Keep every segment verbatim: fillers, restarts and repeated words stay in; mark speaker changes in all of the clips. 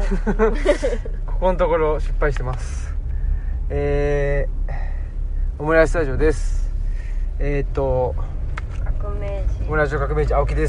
Speaker 1: ここのところ失敗してます。えー、オムライススタジオです。えー、っと
Speaker 2: 革命児
Speaker 1: オムライス革命児青木です。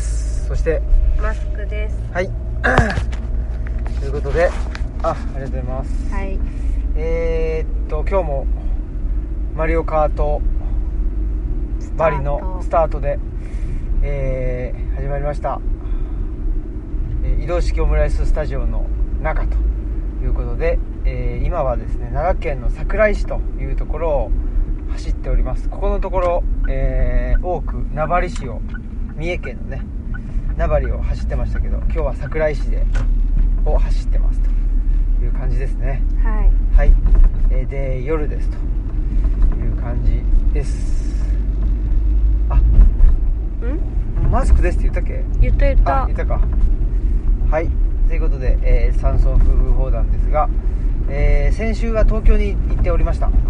Speaker 1: そして
Speaker 2: マスクです。
Speaker 1: はいということで、あ、ありがとうございます。
Speaker 2: はい。
Speaker 1: えー、っと今日もマリオカートバリのスタートで、えー、始まりました。移動式オムライススタジオの中ということで、えー、今はですね奈良県の桜井市というところを走っております。ここのところ、えー、多く名張市を三重県のね名張を走ってましたけど、今日は桜井市でを走ってますという感じですね。
Speaker 2: はい、
Speaker 1: はい、えー、で夜ですという感じです。あ、んマスクですって言ったっけ？
Speaker 2: 言った言った。
Speaker 1: あ、言ったか。はい、ということで、えー、山村夫婦砲弾ですが、えー、先週は東京に行っておりました。うん、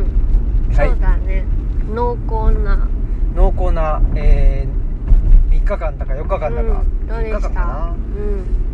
Speaker 2: はい、そうだね。濃厚な
Speaker 1: 濃厚な、えー、みっかかんだかよっかかんだか、
Speaker 2: うん、どうでした？
Speaker 1: みっかかんかな、
Speaker 2: うん、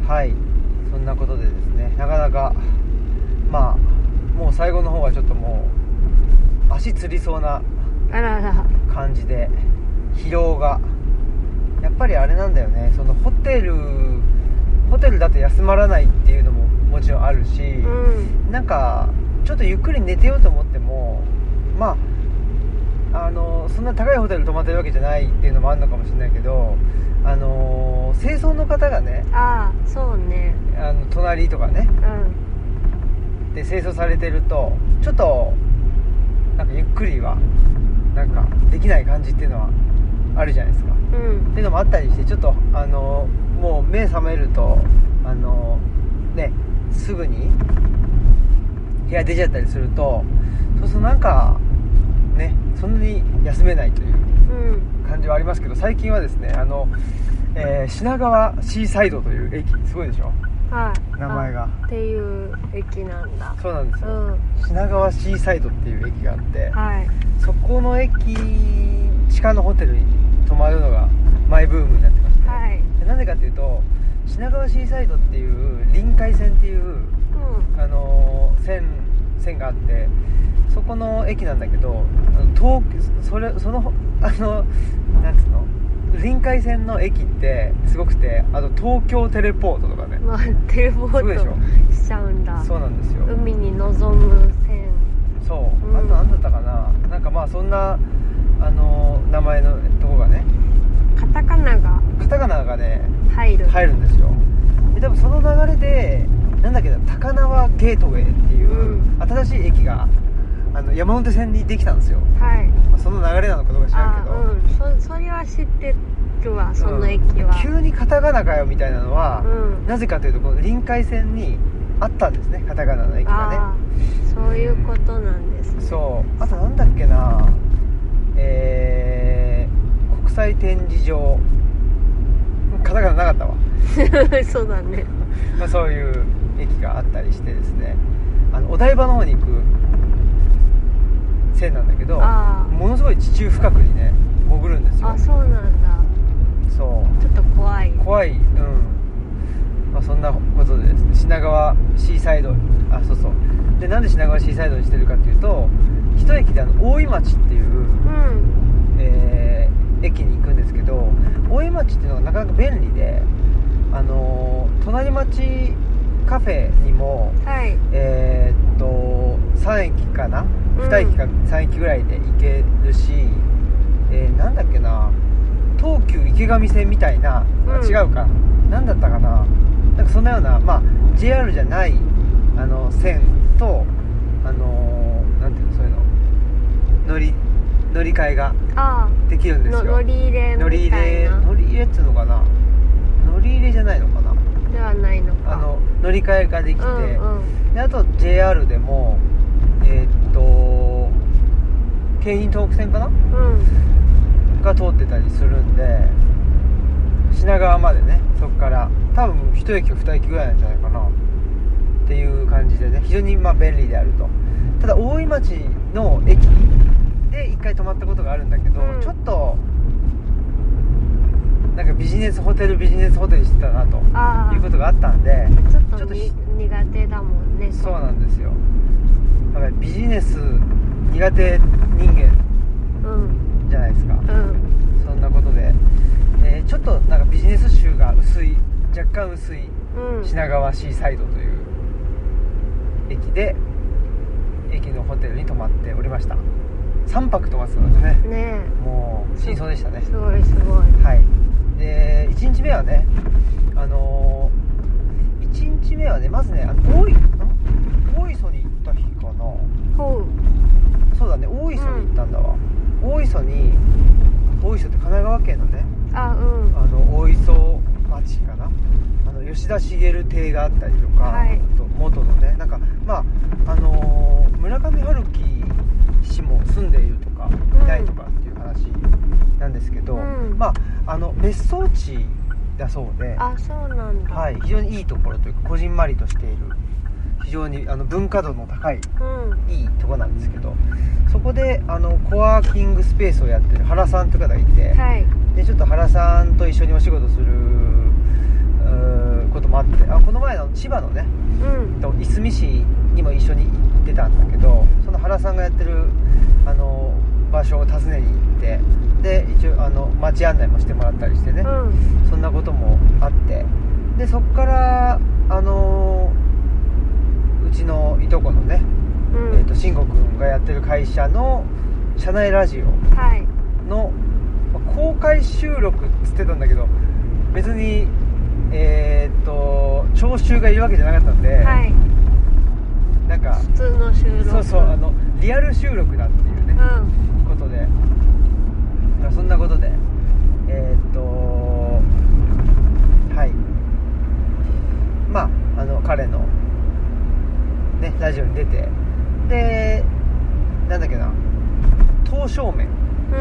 Speaker 1: はい、そんなことでですね、なかなかまあもう最後の方はちょっともう足つりそうな感じで疲労がやっぱりあれなんだよね。そのホテルホテルだと休まらないっていうのももちろんあるし、うん、なんかちょっとゆっくり寝てようと思ってもまああのそんな高いホテル泊まってるわけじゃないっていうのもあるのかもしれないけど、あの清掃の方がね、
Speaker 2: ああそうね、
Speaker 1: あの隣とかね、うん、で清掃されてるとちょっとなんかゆっくりはなんかできない感じっていうのはあるじゃないですか、うん、っていうのもあったりして、ちょっとあのもう目覚めるとあのねすぐに部屋出ちゃったりすると、そうするとなんかねそんなに休めないという感じはありますけど、最近はですねあの、えー、品川シーサイドという駅、すごいでしょ、はい、名前が
Speaker 2: っていう駅なんだ。
Speaker 1: そうなんですよ、うん、品川シーサイドっていう駅があって、
Speaker 2: はい、
Speaker 1: そこの駅地下のホテルに泊まるのがマイブームになってまして、はい、でなんでかっていうと品川シーサイドっていう臨海線っていう、うん、あのー、線線があって、そこの駅なんだけど、東それそのあのなんつうの臨海線の駅ってすごくて、あと東京テレポートとかね、
Speaker 2: まあ、テレポートしちゃうんだ。
Speaker 1: そうなんですよ。
Speaker 2: 海に臨む線。
Speaker 1: そう、うん、あと何だったかな、なんかまあそんなあの名前のとこがね、
Speaker 2: カタカナが
Speaker 1: カタカナがね
Speaker 2: 入る
Speaker 1: 入るんですよ。で多分その流れでなんだっけな、高輪ゲートウェイっていう、うん、新しい駅があの山手線にできたんですよ。
Speaker 2: はい、
Speaker 1: まあ、その流れなのかどうか知らんけど、
Speaker 2: うん、そ, それは知ってるわ、その駅は、
Speaker 1: うん、急にカタカナかよみたいなのは、うん、なぜかというとこの臨海線にあったんですね、カタカナの駅がね。
Speaker 2: あ、そういうことなんですね、うん、
Speaker 1: そう。あとなんだっけな、えー、国際展示場、カタカナなかったわ
Speaker 2: そうだね
Speaker 1: まあそういう駅があったりしてですね、あのお台場の方に行く線なんだけど、ものすごい地中深くにね潜るんですよ。
Speaker 2: あ、そうなんだ。
Speaker 1: そう
Speaker 2: ちょっと怖い
Speaker 1: 怖い、うん、まあ、そんなことでですね、品川シーサイド、あ、そうそうで、なんで品川シーサイドにしてるかっていうと、一駅であの大井町っていう、うん、えー、駅に行くんですけど、大井町っていうのがなかなか便利で、あのー、隣町カフェにも、はい、えー、っとさん駅かな、うん、に駅かさん駅ぐらいで行けるし、えー、なんだっけな、東急池上線みたいな、うん、違うか、なんだったかな、なんかそんなような、まあ ジェイアール じゃないあの線と、あのー、なんていうの、そういうの乗り乗り換えができるんですよ。
Speaker 2: 乗り入れみたいな、
Speaker 1: 乗り入れ乗り入れっていうのかな、乗り入れじゃないのかな、
Speaker 2: ではないのか、
Speaker 1: あの乗り換えができて、うんうん、であと ジェイアール でもえー、っと京浜東北線かな、うん、が通ってたりするんで、品川までね、そこから多分いち駅かに駅ぐらいなんじゃないかなっていう感じでね、非常にまあ便利であると。ただ大井町の駅で一回泊まったことがあるんだけど、うん、ちょっとなんかビジネネスホテルビジネスホテルしてたなということがあったんで、
Speaker 2: ちょっとちょっと苦手だもんね。
Speaker 1: そうなんですよ。やっぱりビジネス苦手人間じゃないですか、うんうん、そんなことで、えー、ちょっとなんかビジネス臭が薄い、若干薄い品川シーサイドという駅で、駅のホテルに泊まっておりました。さんぱく泊まってたので ね, ねもう真相でしたね。
Speaker 2: すごいすごい。
Speaker 1: はい。でいちにちめはね、あのー、いちにちめはね、まずね、あの大い大磯に行った日かな。ほう。そうだね、大磯に行ったんだわ、うん、大磯に大磯って神奈川県のね、
Speaker 2: あ、うん、
Speaker 1: あの大磯町かな、あの吉田茂邸があったりとか、はい、と元のね、なんかまああのー、村上春樹氏も住んでいるとかいないとかっていう話なんですけど、うん、まああの別荘地だそうで、
Speaker 2: あ、そうなんだ、
Speaker 1: はい、非常にいいところというか、こじんまりとしている、非常にあの文化度の高い、うん、いいところなんですけど、そこであのコワーキングスペースをやってる原さんという方がいて、はい、でちょっと原さんと一緒にお仕事することもあって、あ、この前の千葉のね、うん、といすみ市にも一緒に行ってたんだけど、その原さんがやってるあの場所を訪ねに行って、で一応あの街案内もしてもらったりしてね、うん、そんなこともあって、でそこからあのうちのいとこのね、うん、えーと慎吾くんがやってる会社の社内ラジオの、はい、公開収録っつってたんだけど、別にえーと聴衆がいるわけじゃなかったんで、はい、なんか
Speaker 2: 普通の収録、
Speaker 1: そうそう、あのリアル収録だっていうね、うん、ことで、そんなことでえーとはい、まああの彼のねラジオに出て、でなんだっけな、刀削麺、うん、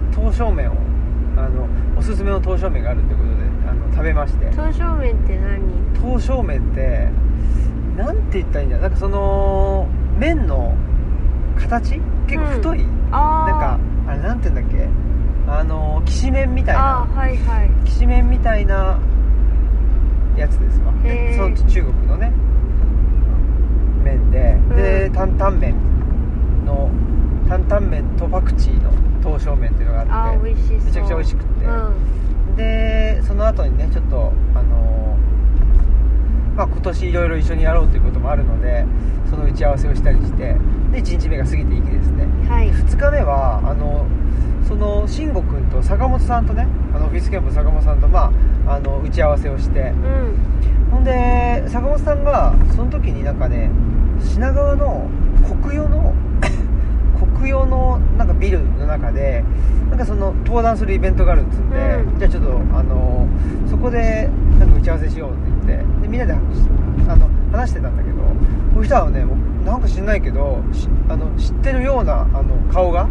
Speaker 1: 刀削麺をあのおすすめの刀削麺があるということで、あの食べまして。
Speaker 2: 刀削麺って何？
Speaker 1: 刀削麺ってなんて言ったらいいんだ、なんかその麺の形結構太い、うん、あなんかあれなんて言うんだっけ、あのきしめんみたいな、
Speaker 2: あ、はいはい、
Speaker 1: きしめんみたいなやつですわ。でその中国のね麺で、うん、で担々麺の担々麺とパクチーの刀削麺っていうのがあって、
Speaker 2: あ、美味しそう、
Speaker 1: めちゃくちゃ美味しくって、うん、でその後にねちょっとあのまあ、今年いろいろ一緒にやろうということもあるので、その打ち合わせをしたりして、でいちにちめが過ぎていきですね、はい、ふつかめはあのその慎吾くんと坂本さんとね、あのオフィスキャンプ坂本さんと、まあ、あの打ち合わせをして、うん、ほんで坂本さんがその時になんかね、品川の国用の国用のなんかビルの中でなんかその登壇するイベントがあるっつんで、うん、じゃあちょっとあのそこでなんか打ち合わせしようって言って、でみんなであの話してたんだけど、そしたらね、もうなんか知んないけどあの知ってるようなあの顔が、うん、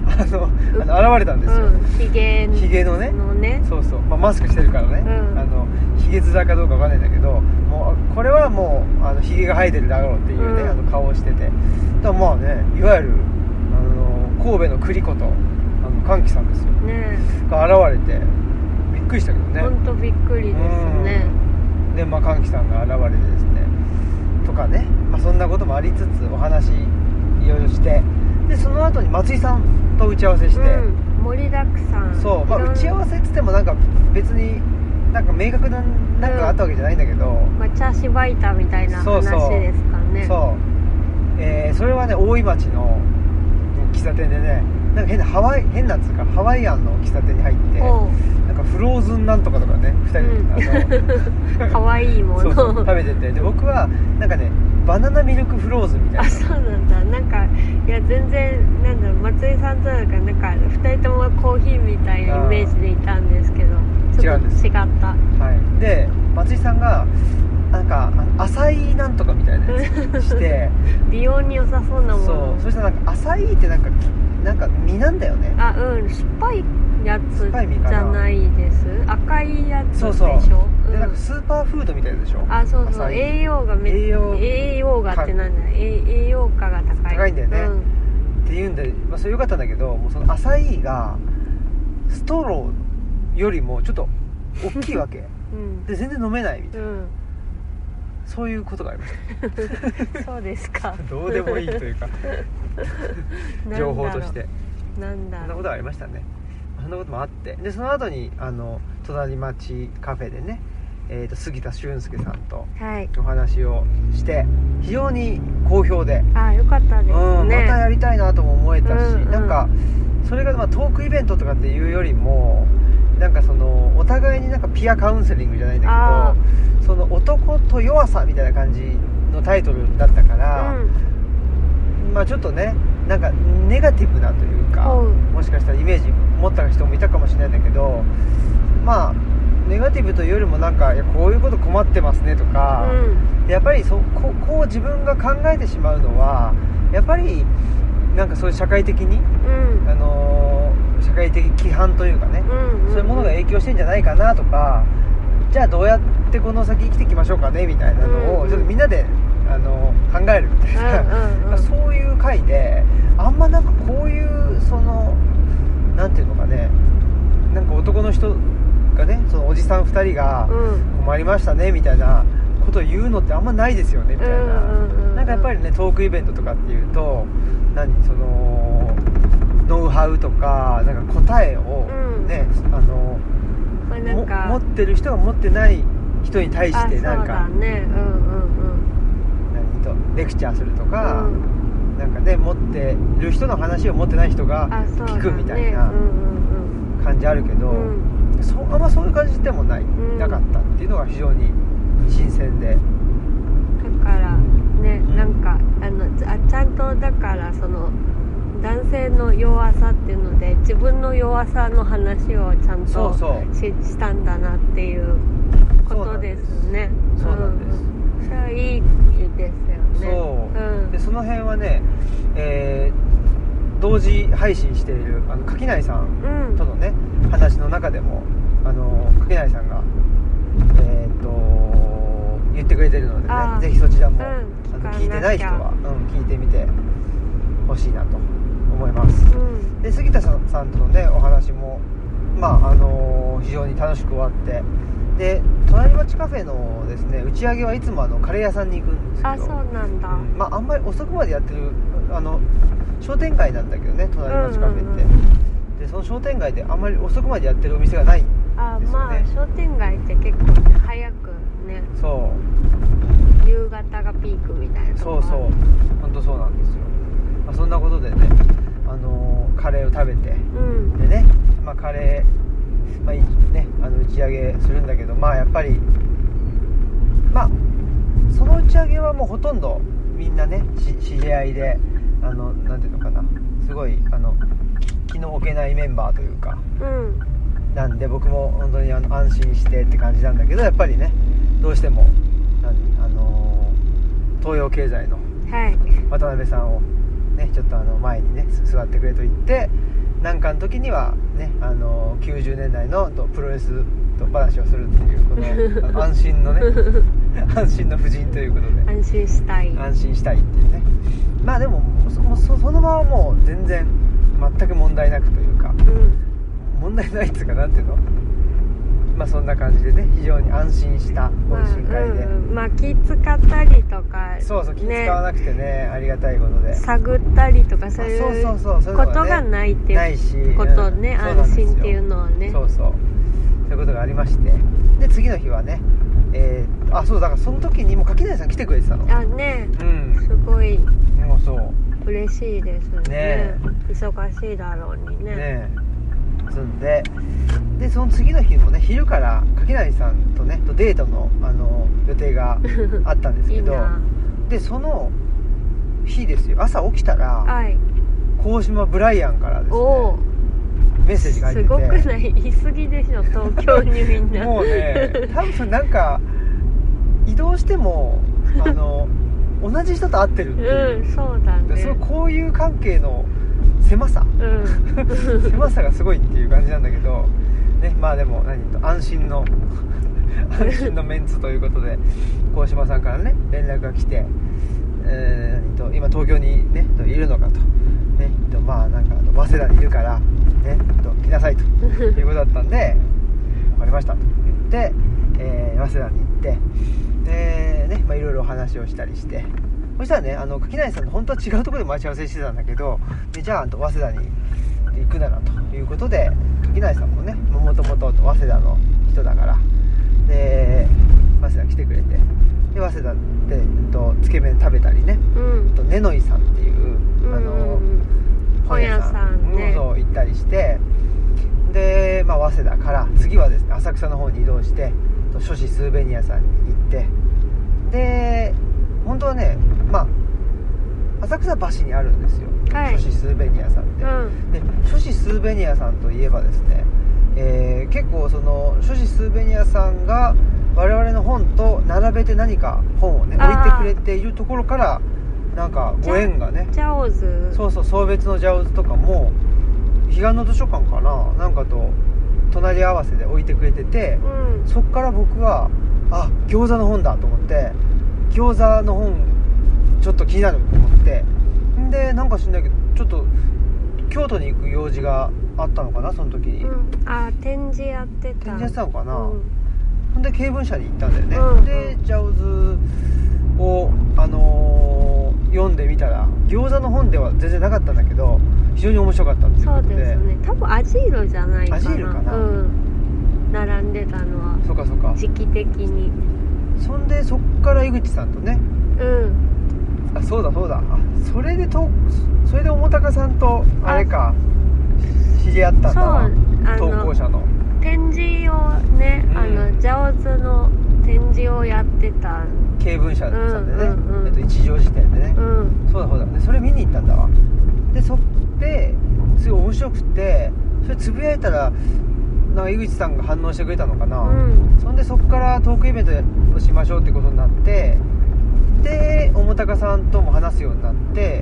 Speaker 1: あのあの現れたんですよ、うん、
Speaker 2: ヒゲの
Speaker 1: ヒゲのね、
Speaker 2: のね、
Speaker 1: そうそう、まあ、マスクしてるからね、うん、あのヒゲ面かどうかわかんないんだけど、もうこれはもうあのヒゲが生えてるだろうっていうね、うん、あの顔をしてて、だからまあね、いわゆるあの神戸の栗子とあの歓喜さんですよ、ね、が現れてびっくりしたけどね、
Speaker 2: ほんとびっくりですね、
Speaker 1: うん、でまあ歓喜さんが現れてですねとかね、まあ、そんなこともありつつお話いろいろして、でその後に松井さんと打ち合わせして、うん、
Speaker 2: 盛りだくさん、
Speaker 1: そう、まあ、打ち合わせっつってもなんか別になんか明確ななんかあったわけじゃないんだけど、うん、
Speaker 2: まあ、チャーシバイタみたいな話ですかね。
Speaker 1: そうそう、そう、えー、それはね大井町の喫茶店でね、なんか変なハワイ変なつうかハワイアンの喫茶店に入って、なんかフローズンなんとかとかねふたりで、
Speaker 2: うん、あのかわいいもの
Speaker 1: そうそう食べてて、で僕はなんかねバナナミルクフローズンみたいな、
Speaker 2: あ、そうなんだ、なんかいや全然なんだろう、松井さんとなんかなんかふたりともコーヒーみたいなイメージでいたんですけど、ちょっと違った。
Speaker 1: はい、で松井さんがなんか浅いなんとかみたいなやつして
Speaker 2: 美容に良さそうなもの、
Speaker 1: そう、そしたらなんか浅いってなんかなんか実なんだよね、
Speaker 2: あ、うん、酸っぱいやつじゃないです、赤いやつでしょ、
Speaker 1: そうそう、うん、でなんかスーパーフードみたいでしょ、
Speaker 2: あ、そうそう、栄養がめ栄養栄養がってなんだ、栄養価が高い
Speaker 1: 高いんだよね、うん、っていうんで、まあ、それ良かったんだけど、もうその浅いがストローよりもちょっと大きいわけ、
Speaker 2: うん、
Speaker 1: で全然飲めないみたいな、
Speaker 2: うん、
Speaker 1: そういうことがありました
Speaker 2: そうですか
Speaker 1: どうでもいいというか情報として
Speaker 2: なんだろう、
Speaker 1: そんなことがありましたね。そんなこともあって、でその後にあの隣町カフェでね、えー、と杉田俊介さんとお話をして、はい、非常に好評で、
Speaker 2: ああよかったですね、
Speaker 1: うん、またやりたいなとも思えたし、
Speaker 2: うんうん、
Speaker 1: なんかそれがまあトークイベントとかっていうよりもなんかそのお互いになんかピアカウンセリングじゃないんだけど、その男と弱さみたいな感じのタイトルだったから、うん、まあちょっとねなんかネガティブなというか、うん、もしかしたらイメージ持った人もいたかもしれないんだけど、まあネガティブというよりもなんかいやこういうこと困ってますねとか、うん、やっぱりそ こ, こう自分が考えてしまうのはやっぱりなんかそういう社会的に、うん、あのー、社会的規範というかね、うんうんうん、そういうものが影響してんじゃないかなとか、じゃあどうやってこの先生きていきましょうかねみたいなのをちょっとみんなで、あのー、考えるみたいな、うんうんうん、そういう回であんまなんかこういうそのなんていうのかね、なんか男の人がねそのおじさんふたりが困りましたねみたいなことを言うのってあんまないですよねみたいな、うんうんうん、なんかやっぱりねトークイベントとかっていうと何そのノウハウとかなんか答えをね、うん、あの、まあ、なんか持ってる人が持ってない人に対してなんか、ねうんうんうん、何とレクチャーするとか、うん、なんかね持ってる人の話を持ってない人が聞くみたいな感じあるけど、うん、そあんまそういう感じでもない、うん、なかったっていうのが非常に新鮮で、
Speaker 2: だからね、うん、なんかあのあちゃんとだからその男性の弱さっていうので自分の弱さの話をちゃんと
Speaker 1: そうそう
Speaker 2: したんだなっていうことですね。
Speaker 1: そうなんです、うん、
Speaker 2: それはいいですよね。
Speaker 1: そう、うん、でその辺はね、えー、同時配信しているあの垣内さんとのね、うん、話の中でもあの垣内さんがえー、と言ってくれてるのでね、ぜひそちらも、うん、あの聞いてない人は、うん、聞いてみてほしいなと思います、うん、で杉田さんとのねお話もまああのー、非常に楽しく終わって、で隣町カフェのですね打ち上げはいつもあのカレー屋さんに行くんですけど、
Speaker 2: あそうなんだ、うん、
Speaker 1: まああんまり遅くまでやってるあの商店街なんだけどね隣町カフェって、うんうんうん、でその商店街であんまり遅くまでやってるお店がないんですよね。
Speaker 2: あまあ商店街って結構早くね、
Speaker 1: そう
Speaker 2: 夕方がピークみたいな。
Speaker 1: そうそう本当そうなんですよ、まあ、そんなことでね、あのー、カレーを食べて、うん、でね、まあ、カレー、まあね、あの打ち上げするんだけど、まあやっぱりまあその打ち上げはもうほとんどみんなね知り合いで、あのなんていうのかな、すごいあの気の置けないメンバーというか、うんなんで僕も本当にあの安心してって感じなんだけど、やっぱりねどうしても何、あのー、東洋経済の渡辺さんを、ね、ちょっとあの前にね座ってくれと言って、なんかの時には、ねあのー、きゅうじゅうねんだいのプロレスと話をするっていうこの安心のね安心の夫人ということで
Speaker 2: 安心したい
Speaker 1: 安心したいっていうね。まあでも そ, その場はもう全然全く問題なくというか、うん問題ないっていうかなんていうの、まあそんな感じでね非常に安心した懇親会で、
Speaker 2: まあ、うん、まあ気使ったりとか
Speaker 1: そうそう気使わなくてねありがたいことで
Speaker 2: 探ったりとかそういうことがないっていうことね、うん、安心っていうのはね
Speaker 1: そうそうそういうことがありまして、で次の日はね、えー、あそうだからその時にもう垣内さん来てくれてたの。
Speaker 2: あね、うん、すごい
Speaker 1: もうそう
Speaker 2: 嬉しいですね。ね忙しいだろうにね。ね
Speaker 1: 済んで、でその次の日もね昼から垣内さんとねとデートの、あの予定があったんですけどいいでその日ですよ、朝起きたら、はい、鴻島ブライアンからですねメッセージが入ってて、
Speaker 2: すごくない？言い過ぎでしょ東京にみんな
Speaker 1: もうね多分なんか移動してもあの同じ人と会ってるっていう、
Speaker 2: うん、そうだね。
Speaker 1: そのこういう関係の狭さ、うん、狭さがすごいっていう感じなんだけど、ね、まあでも何と安心の安心のメンツということで鴻島さんからね連絡が来て、えー、何と今東京に、ね、いるのかと、ね、とまあなんか早稲田にいるから、ね、と来なさいということだったんでかりましたと言って、えー、早稲田に行ってでね、まあいろいろお話をしたりして、そしたらね、あの垣内さんと本当は違うところで待ち合わせしてたんだけど、でじゃあ早稲田に行くならということで、垣内さんもねもともと早稲田の人だからで早稲田来てくれて、で早稲田で、えっと、つけ麺食べたりね、うん、とねのいさんっていう、うん、あの本屋さんね行ったりして、で、まあ、早稲田から次はですね浅草の方に移動して書士スーベニアさんに行って、で本当はね、まあ、浅草橋にあるんですよ、はい、書士スーベニアさんって、うん、で書士スーベニアさんといえばですね、えー、結構その書士スーベニアさんが我々の本と並べて何か本をね置いてくれているところからなんかご縁がね、
Speaker 2: ジャオズ、
Speaker 1: そうそう、送別のジャオズとかも彼岸の図書館かな、なんかと隣り合わせで置いてくれてて、うん、そっから僕はあ餃子の本だと思って、餃子の本ちょっと気になると思って、でなんか知んないけどちょっと京都に行く用事があったのかなその時に、うん、
Speaker 2: あ展示やってた
Speaker 1: 展示やってたのかな、うん、ほんで経文社に行ったんだよね、うん、でジャオズをあのー、読んでみたら餃子の本では全然なかったんだけど非常に面白かったっていうことで、そうですね、
Speaker 2: 多分アジーロじゃないかな、
Speaker 1: アジーロかな、
Speaker 2: うん、並んでたのは
Speaker 1: そうかそうか
Speaker 2: 時期的に、
Speaker 1: そんでそっから井口さんとね、うんあそうだそうだ、あそれでとそれで桃高さんとあれか知り合ったんだな、投稿者の
Speaker 2: 展示をね、うん、あのジャオズの展示をやってた
Speaker 1: 経文社さんでね、うんうんうん、えっと、一条辞典でね、うん、そうだそうだ、でそれ見に行ったんだわ。でそですごい面白くて、それつぶやいたらなんか井口さんが反応してくれたのかな、うん、そんでそこからトークイベントをしましょうってことになって、で桃高さんとも話すようになって、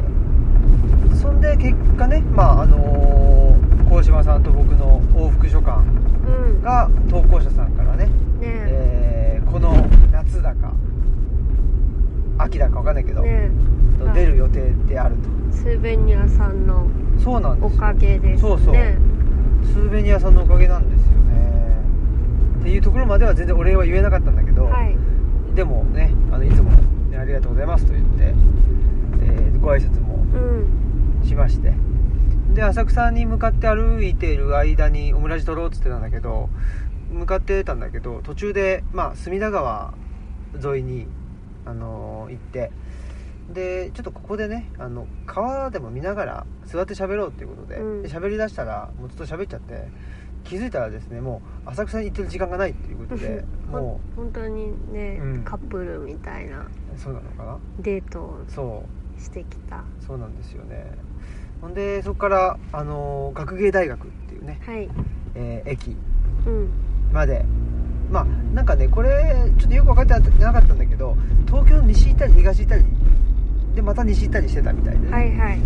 Speaker 1: そんで結果ね、まああのー、鴻島さんと僕の往復書簡が投稿者さんからね、ねえー、この夏だか秋だか分かんないけど、ね、出る予定であると。
Speaker 2: スーベニアさんのおかげですね。
Speaker 1: そうそう、スーベニアさんのおかげなんですよねっていうところまでは全然お礼は言えなかったんだけど、はい、でもね、あのいつも、ね、ありがとうございますと言って、えー、ご挨拶もしまして、うん、で浅草に向かって歩いている間にオムラジ撮ろうっつってたんだけど、向かってたんだけど途中で、まあ、隅田川沿いに、あのー、行って、でちょっとここでね、あの川でも見ながら座って喋ろうっていうことで、うん、で喋りだしたらもうずっと喋っちゃって、気づいたらですね、もう浅草に行ってる時間がないっていうことでもう
Speaker 2: 本当にね、うん、カップルみたいな、
Speaker 1: そうなのかな、
Speaker 2: デートをしてきた。
Speaker 1: そうなんですよね。ほんでそこから、あのー、学芸大学っていうね、はい、えー、駅まで、うん、まあなんかねこれちょっとよく分かってなかったんだけど、東京の西行ったり東行ったりでまた西行ったりしてたみたいで、ね、はいはい、うん、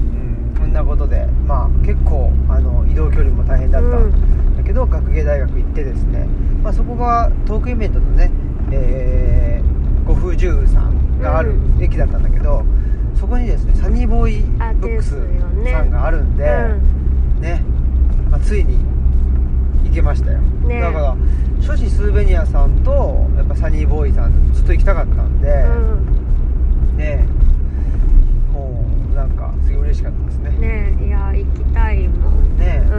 Speaker 1: こんなことで、まあ結構あの移動距離も大変だったんだけど、うん、学芸大学行ってですね、まあ、そこがトークイベントのね、えー、呉風十さんがある駅だったんだけど、うん、そこにですねサニーボーイブックスさんがあるんで、ね、うん、ね、まあ、ついに行けましたよ、ね、だから書士スーベニアさんとやっぱサニーボーイさんずっと行きたかったんで、うん、ね、もうなんかすごい嬉しかったですね。
Speaker 2: ねえ、いや行きたいもん
Speaker 1: ね、うん、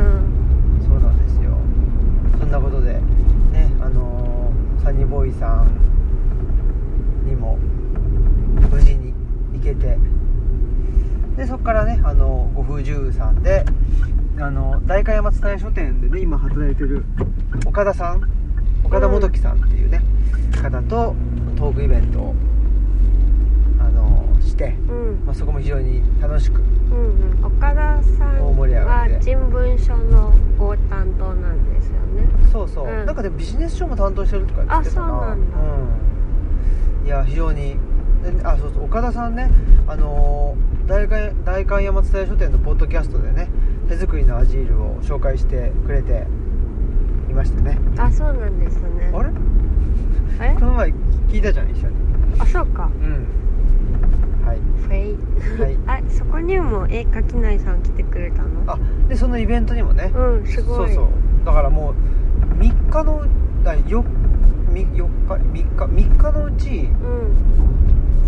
Speaker 1: そうなんですよ。そんなことでね、あのー、サニーボーイさんにも無事に行けて、でそこからね、あの呉風十さんで、あの代官山蔦屋書店でね今働いてる岡田さん、岡田元樹さんっていうね、うん、方とトークイベントをあのして、うん、まあ、そこも非常に楽しく、
Speaker 2: うんうん、岡田さんは人文書のご担当なんですよね。
Speaker 1: そうそう、うん、なんかでもビジネス書も担当してるとか言ってたな。あ、そうなんだ、うん、いや非常に、あ、そうそう、岡田さんね、あの代官代官山蔦屋書店のポッドキャストでね手作りのアジールを紹介してくれていましたね。
Speaker 2: あ、そうなんですね。
Speaker 1: あれえこの前聞いたじゃん、一緒に。
Speaker 2: あ、そうか、
Speaker 1: うん、はい、
Speaker 2: フェイ、はい、あ、そこにも絵描きないさん来てくれたの。
Speaker 1: あ、でそのイベントにもね、
Speaker 2: うん、すごい。
Speaker 1: そうそう、だからもうみっかのよみよっかみっかみっかのうち、うん、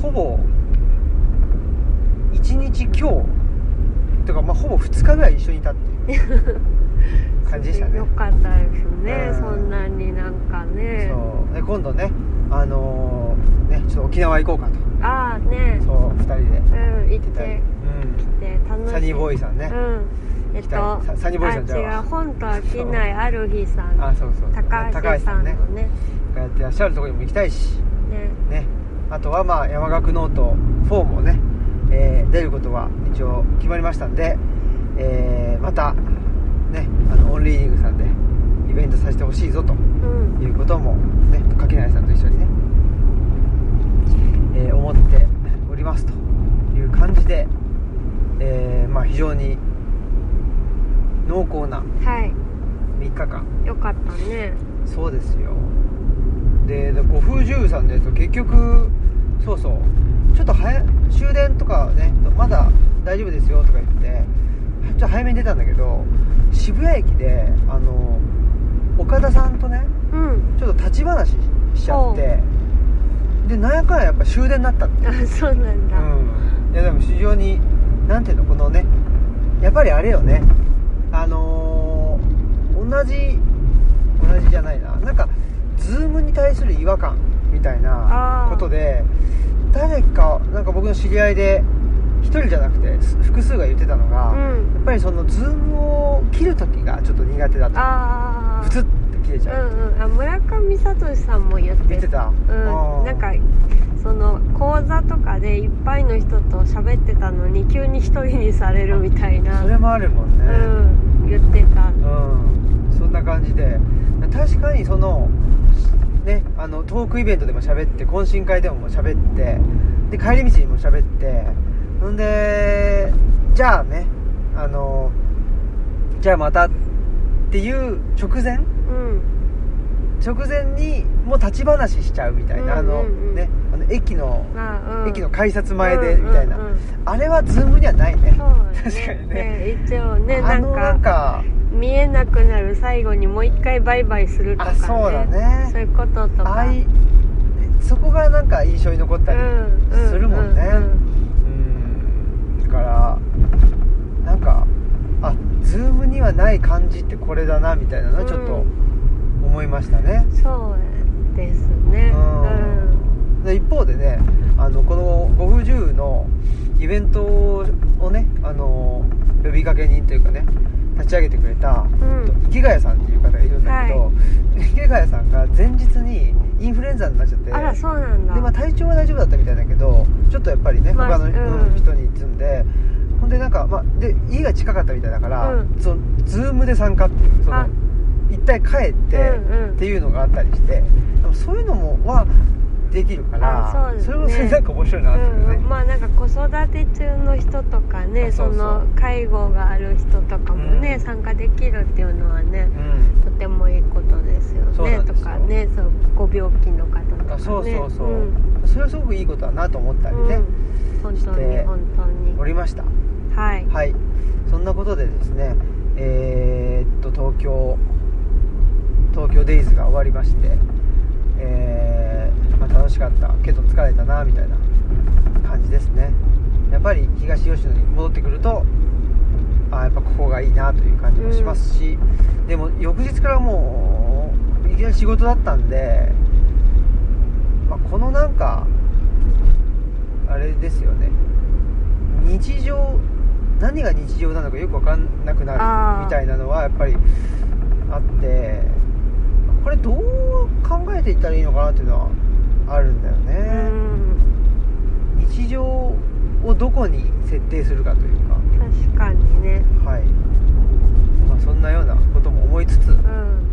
Speaker 1: ほぼいちにち今日とか、まあ、ほぼふつかぐらい一緒にいたっていう感じでしたね。
Speaker 2: よかったですね、うん、そんなになんかね。
Speaker 1: そうで今度ねあのー、ねちょっと沖縄行こうかと。
Speaker 2: ああね
Speaker 1: そうふたりで、
Speaker 2: うん、行って、うん、来て楽しい。
Speaker 1: サニーボーイさんね、
Speaker 2: うんえっと、
Speaker 1: サ, サニーボーイさんじゃあ
Speaker 2: 違う本と飽きないある日さん、
Speaker 1: あそうそう
Speaker 2: 高橋さんのね
Speaker 1: がやってらっしゃるところにも行きたいし
Speaker 2: ね、
Speaker 1: ね、あとはまあ山岳ノートフォーもね、えー、出ることは一応決まりましたんで、えー、またねあのオンリーディングさんでイベントさせてほしいぞということもね、うん、垣内さんと一緒にね、えー、思っておりますという感じで、えー、まあ非常に濃厚なみっかかん、はい、
Speaker 2: よかったね。
Speaker 1: そうですよ。でごふうじゅうさんのやつ結局そうそうちょっと早終電とかねまだ大丈夫ですよとか言ってちょっと早めに出たんだけど渋谷駅であの岡田さんとね、うん、ちょっと立ち話しちゃってでなんやかんややっぱ終電になったって。
Speaker 2: あそうなんだ、
Speaker 1: うん、いやでも非常になんていうのこのねやっぱりあれよねあのー、同じ同じじゃないななんかズームに対する違和感みたいなことで誰かなんか僕の知り合いで一人じゃなくて複数が言ってたのが、うん、やっぱりそのズームを切る時がちょっと苦手だと。
Speaker 2: あ
Speaker 1: ブツッて切れちゃう、
Speaker 2: うんうん、あ村上聡さんも言って
Speaker 1: 言ってた、
Speaker 2: うん、なんかその講座とかでいっぱいの人と喋ってたのに急に一人にされるみたいな。
Speaker 1: それもあるもんね、
Speaker 2: うん、言ってた、
Speaker 1: うん、そんな感じで確かにそのねあのトークイベントでも喋って懇親会でも喋ってで帰り道にも喋ってんでじゃあねあのじゃあまたっていう直前、うん、直前にもう立ち話しちゃうみたいな、うんうんうん、あのねあの駅の、うん、駅の改札前でみたいな、うんうんうん、あれはズームにはないね。
Speaker 2: そうね
Speaker 1: 確かにね、
Speaker 2: ね一応ね
Speaker 1: あのなんか
Speaker 2: 見えなくなる最後にもう一回バイバイするとかね。
Speaker 1: あそうだね
Speaker 2: そういうこととか
Speaker 1: あいそこがなんか印象に残ったりするもんね、うんうんうんうん、だからなんかあズームにはない感じってこれだなみたいなのはちょっと思いましたね、
Speaker 2: うん、そうですね、
Speaker 1: うんうん、で一方でねあのこのごふうじゅうのイベントをねあの呼びかけ人というかね立ち上げてくれた、うん、池谷さんっていう方がいるんだけど、はい、池谷さんが前日にインフルエンザになっちゃって
Speaker 2: あらそうなんだで、
Speaker 1: まあ、体調は大丈夫だったみたいだけどちょっとやっぱりね、まあ、他の、うん、人に積んでほんでなんか、まあ、で家が近かったみたいだから、うん、そのズームで参加っていうその一体帰ってっていうのがあったりして、でもそういうのもはできるから、 そうですね、それもそれなんか面白いなっていうね、
Speaker 2: うん、まあなんか子育て中の人とかねその介護がある人とかもね、うん、参加できるっていうのはね、うん、とてもいいことですよねとかねそうご病気の方とかね
Speaker 1: そうそうそう、うん、それはすごくいいことだなと思ったりね、うん、
Speaker 2: 本当に本当に
Speaker 1: おりました。
Speaker 2: はい、
Speaker 1: はい、そんなことでですねえー、っと東京東京デイズが終わりまして、えーまあ、楽しかったけど疲れたなみたいな感じですね。やっぱり東吉野に戻ってくるとあやっぱここがいいなという感じもしますし、うん、でも翌日からもういきなり仕事だったんで、まあ、このなんかあれですよね日常何が日常なのかよく分かんなくなるみたいなのはやっぱりあってこれどう考えていったらいいのかなっていうのはあるんだよね、うん、日常をどこに設定するかというか
Speaker 2: 確かにね
Speaker 1: はい、まあ、そんなようなことも思いつつ、うん、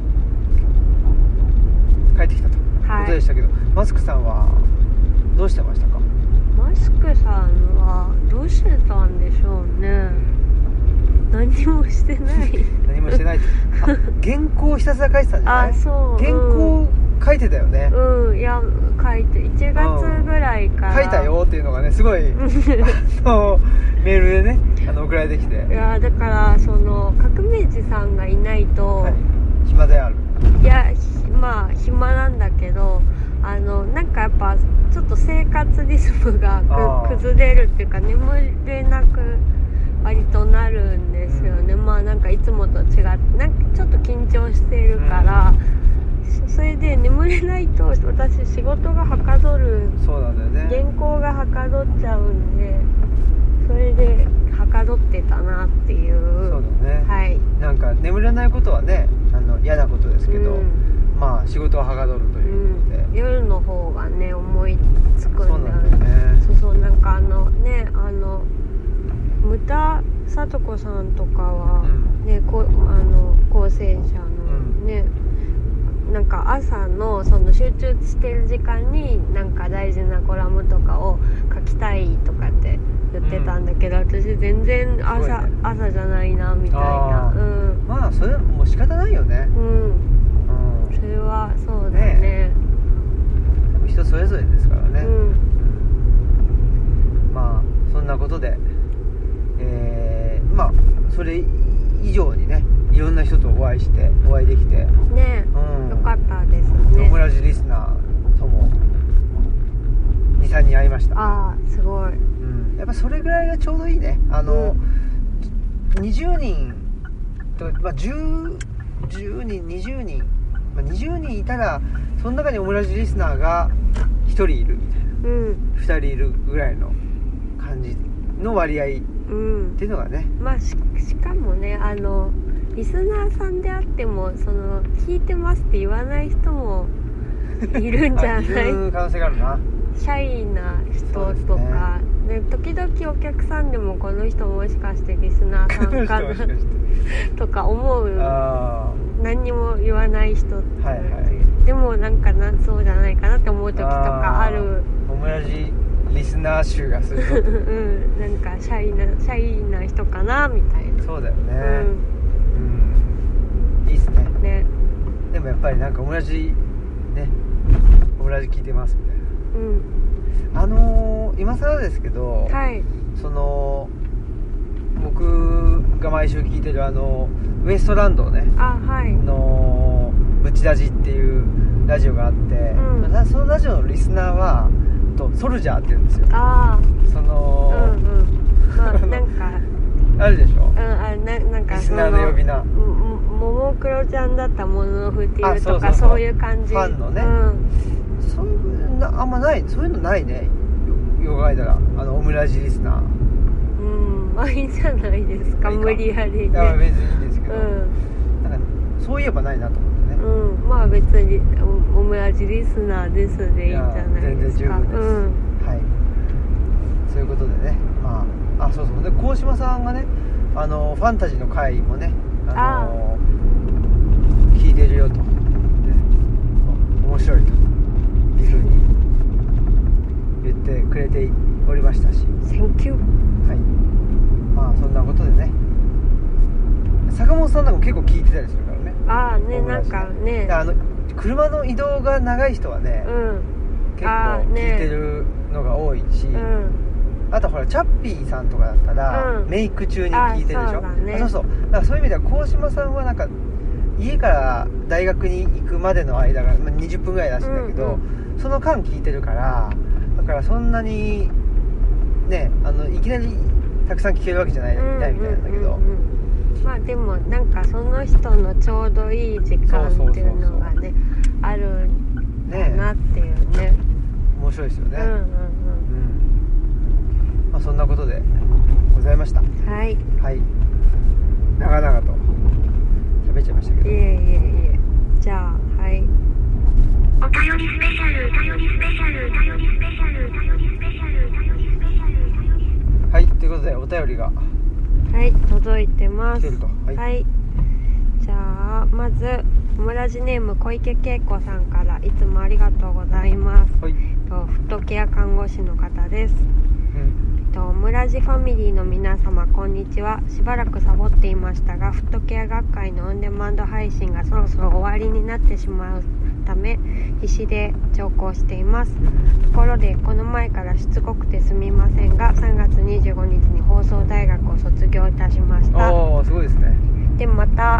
Speaker 1: 帰ってきたということでしたけど、はい、マスクさんはどうしてましたか？
Speaker 2: マスクさんはどうしてたんでしょうね。何もしてない
Speaker 1: 何もしてないあ原稿ひたすら書いてたんじゃない？
Speaker 2: あそう
Speaker 1: 原稿書いてたよね。
Speaker 2: うん、いや書いていちがつぐらいから、
Speaker 1: うん、書いたよっていうのがねすごいあのメールでねあの送られてきて、
Speaker 2: いやだからその革命児さんがいないと、はい、
Speaker 1: 暇である。
Speaker 2: いやまあ活リズムが崩れるっていうか、眠れなく割となるんですよね、うん、まあなんかいつもと違ってなんかちょっと緊張しているから、うん、それで眠れないと私仕事がはかどる、
Speaker 1: そうなんだよね、
Speaker 2: 原稿がはかどっちゃうんで、それではかどってたなっていう。
Speaker 1: そうだね、
Speaker 2: はい、
Speaker 1: なんか眠れないことはね、あの嫌なことですけど、うん、まあ仕事ははかどるということで、
Speaker 2: うん、夜の方がね思いつくんだよね。
Speaker 1: そうなんだよね。
Speaker 2: そうそう、なんかあのね、あの牟田聡子さんとかは、うんね、こあの構成者のね、うん、なんか朝のその集中してる時間になんか大事なコラムとかを書きたいとかって言ってたんだけど、うん、私全然朝、ね、朝じゃないなみたいな、うん、
Speaker 1: まあそれはもう仕方ないよね、うん、
Speaker 2: うん、それはそうだね、ね、
Speaker 1: 人それぞれですからね、うんうん、まあそんなことで、えー、まあそれ以上にね、いろんな人とお会いしてお会いできて
Speaker 2: ね、うん、よかったですね。
Speaker 1: オムラジリスナーとも に,さん 人会いました。
Speaker 2: ああすごい、うん、
Speaker 1: やっぱそれぐらいがちょうどいいね。あの、うん、にじゅうにんと、まあ、じゅう, じゅうにんにじゅうにん、まあ、にじゅうにんいたらその中にオムラジリスナーがひとりいるみたいな、うん、ふたりいるぐらいの感じの割合っていうのがね、
Speaker 2: うん、まあ し, しかもね、あのリスナーさんであってもその聞いてますって言わない人もいるんじゃない？い
Speaker 1: る可能性があるな。
Speaker 2: シャイな人とか、ね、時々お客さんでもこの人もしかしてリスナーさんかなとか思う、何にも言わない人って、はいはい、でもなんかなそうじゃないかなって思う時とかある。
Speaker 1: オムラジリスナー集がすると、
Speaker 2: うん、なんかシャイなシャイな人かなみたいな。
Speaker 1: そうだよね、うんうん、いいっす ね, ねでもやっぱりなんかオムラジね、オムラジ聞いてますみたいな、うん、あのー、今更ですけど、はい、その僕が毎週聞いてるあのウエストランドね、あ、はい、のブチラジっていうラジオがあって、うん、そのラジオのリスナーはとソルジャーって言うんですよ。ああ、その、うんうん、まあ、なんかあるでしょ、うん、あ な, なんかリスナーの呼び名、
Speaker 2: ももクロちゃんだったもののふっていうとか、そうそうそう、そういう感じ、
Speaker 1: ファンのね、うん、そういうなあんまない、そういうのないね。よく書いたらあのオムラジリスナー、
Speaker 2: うん、まあいいんじゃないですか、無理やりね。い
Speaker 1: や別にいいんですけど、うん、なんかそういえばないなと思ってね、
Speaker 2: うん、まあ別にオムラジリスナーですでいいんじゃないですか。全然十分です、うん、
Speaker 1: はい、そういうことでね、まあ、あ、そうそうで鴻島さんがね、あのファンタジーの回もね、あのー、聞いてるよと、ね、面白いというふうに言ってくれておりましたし、
Speaker 2: センキュー。
Speaker 1: はい、まあそんなことでね、坂本さんなんかも結構聞いてたりするからね。
Speaker 2: ああね、なんかね、
Speaker 1: あの車の移動が長い人はね、うん、結構聞いてるのが多いし、ね、うん、あとほらチャッピーさんとかだったら、うん、メイク中に聞いてるでしょ。 そうだね、あ、そうそう、だからそういう意味では鴻島さんはなんか家から大学に行くまでの間が、まあ、にじゅっぷんぐらいらしいんだけど、うんうん、その間聞いてるから、だからそんなにね、あのいきなりたくさん聞けるわけじゃない、うんうんうんうん、みたいなんだけど、
Speaker 2: まあでもなんかその人のちょうどいい時間っていうのがねあるんだなっていうね、ね、
Speaker 1: 面白いですよね。うんうんうん、うん、まあそんなことでございました。
Speaker 2: はい
Speaker 1: はい、長々と喋っちゃいましたけど、
Speaker 2: いえいえいえ、じゃあ、はい、
Speaker 3: お便りスペシャル、お便りスペシャル、お便りスペシャル、お便りスペシャル、お便りスペシャル。
Speaker 1: はい、ということでお便りが
Speaker 2: はい届いてます。
Speaker 1: はい、
Speaker 2: はい、じゃあまずオムラジネーム小池恵子さんからいつもありがとうございます。はい、とフットケア看護師の方です。うん、とオムラジファミリーの皆様こんにちは。しばらくサボっていましたが、フットケア学会のオンデマンド配信がそろそろ終わりになってしまうため必死で聴講しています。ところでこの前からしつこくてすみませんが、さんがつにじゅうごにちに放送大学を卒業いたしました。
Speaker 1: おー、すごいですね。
Speaker 2: でまた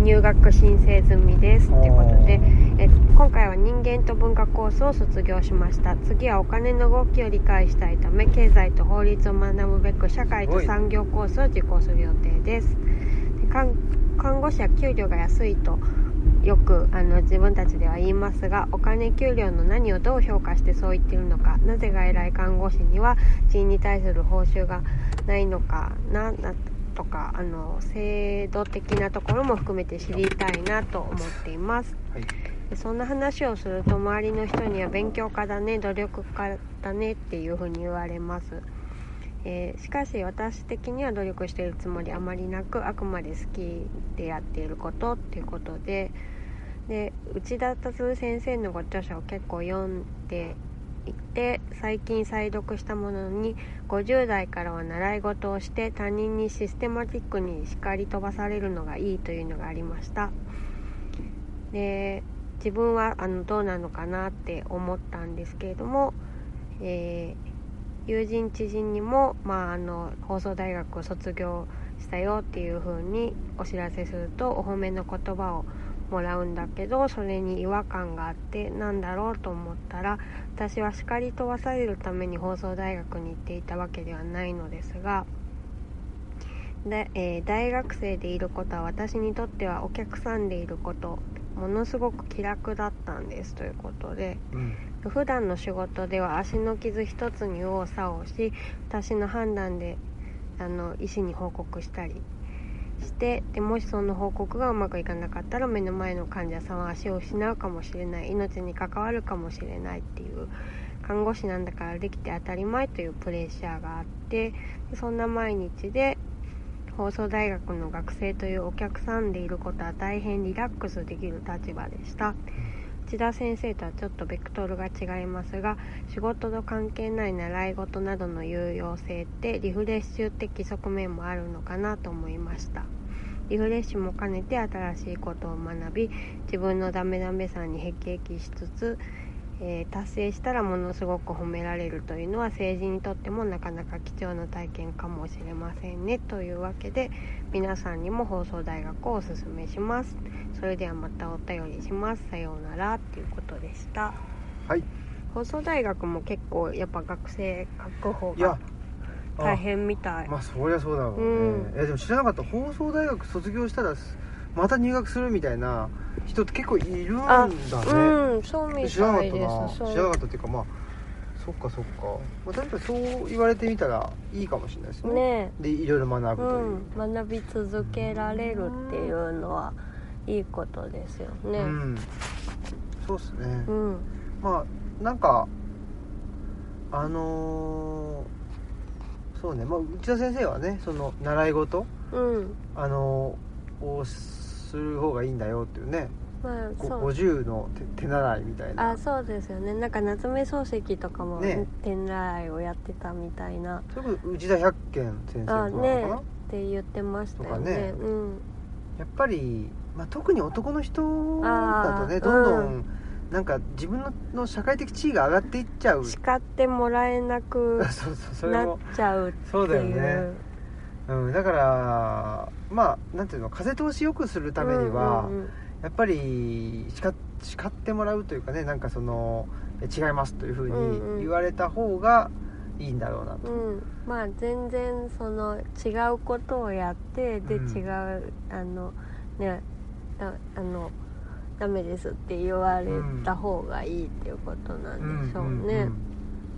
Speaker 2: 入学申請済みですってことで、え今回は人間と文化コースを卒業しました。次はお金の動きを理解したいため経済と法律を学ぶべく社会と産業コースを受講する予定です。で看護師は給料が安いとよくあの自分たちでは言いますが、お金給料の何をどう評価してそう言っているのか、なぜが偉い看護師には人員に対する報酬がないのかななとか、あの制度的なところも含めて知りたいなと思っています、はい、でそんな話をすると周りの人には勉強家だね、努力家だねっていうふうに言われます。えー、しかし私的には努力しているつもりあまりなく、あくまで好きでやっていることっていうことで、で内田達先生のご著書を結構読んでいて、最近再読したものにごじゅう代からは習い事をして他人にシステマティックに叱り飛ばされるのがいいというのがありました。で自分はあのどうなのかなって思ったんですけれども、えー友人知人にも、まあ、あの放送大学を卒業したよっていう風にお知らせするとお褒めの言葉をもらうんだけど、それに違和感があって、なんだろうと思ったら、私は叱り飛ばされるために放送大学に行っていたわけではないのですが、で、えー、大学生でいることは私にとってはお客さんでいること、ものすごく気楽だったんですということで、うん普段の仕事では足の傷一つに右往左往し、私の判断であの医師に報告したりして、でもしその報告がうまくいかなかったら目の前の患者さんは足を失うかもしれない、命に関わるかもしれないっていう、看護師なんだからできて当たり前というプレッシャーがあって、でそんな毎日で放送大学の学生というお客さんでいることは大変リラックスできる立場でした。内田先生とはちょっとベクトルが違いますが、仕事と関係ない習い事などの有用性ってリフレッシュ的側面もあるのかなと思いました。リフレッシュも兼ねて新しいことを学び、自分のダメダメさにへきへきしつつ、えー、達成したらものすごく褒められるというのは成人にとってもなかなか貴重な体験かもしれませんね。というわけで皆さんにも放送大学をおすすめします。それではまたお便りします。さようならということでした。
Speaker 1: はい。
Speaker 2: 放送大学も結構やっぱ学生確保が大変みたい。
Speaker 1: あまあそりゃそうだろうね、うん、えでも知らなかった。放送大学卒業したらまた入学するみたいな人って結構いるんだね。
Speaker 2: うん、そうみたいです。
Speaker 1: 知らなかったな。知らなかったっていうか、まあそっかそっか、まあ、確かにそう言われてみたらいいかもしれないですね。ねでいろいろ学ぶという、
Speaker 2: うん、学び続けられるっていうのはいいことですよね。うん、
Speaker 1: そうですね、うん、まあなんかあのー、そうね、まあ、内田先生はねその習い事、うん、あのー、をする方がいいんだよっていうね、まあ、そうごじゅうの 手, 手習いみたいな。
Speaker 2: あ、そうですよね。なんか夏目漱石とかも、ね、手習いをやってたみたいな。
Speaker 1: それこそ内田百軒先生とかなのかな、ね、
Speaker 2: って言ってましたよね。ね、うん、
Speaker 1: やっぱり、まあ、特に男の人だとねどんどん、うん、なんか自分 の, の社会的地位が上がっていっちゃう。
Speaker 2: 叱ってもらえなくなっちゃうっていう。
Speaker 1: そうだよね、うん、だからまあなんていうの、風通しよくするためには、うんうんうん、やっぱり叱, 叱ってもらうというかね、なんかその違いますというふうに言われた方がいいんだろうなと、
Speaker 2: うんうん、まあ全然その違うことをやってで、うん、違うあのねあのダメですって言われた方がいいっていうことなんでしょうね、うんうんうん、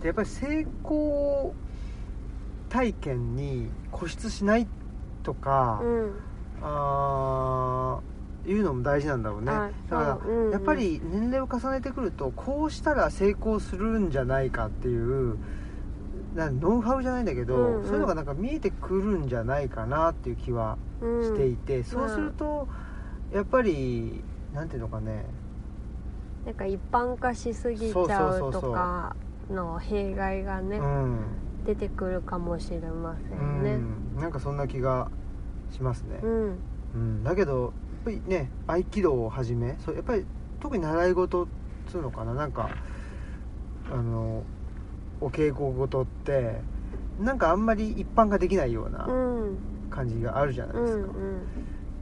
Speaker 1: でやっぱり成功体験に固執しないとか、うん、あいうのも大事なんだろうね。だから、うんうん、やっぱり年齢を重ねてくるとこうしたら成功するんじゃないかっていうなノウハウじゃないんだけど、うんうん、そういうのがなんか見えてくるんじゃないかなっていう気はしていて、うん、そうするとやっぱりなんていうのかね、
Speaker 2: なんか一般化しすぎちゃうとかの弊害がね、うん、出てくるかもしれませんね、
Speaker 1: うん、なんかそんな気がしますね、うんうん、だけどやっぱりね合気道をはじめそうやっぱり特に習い事っつうのかな、なんかあのお稽古事ってなんかあんまり一般化できないような感じがあるじゃないですか、うんうん、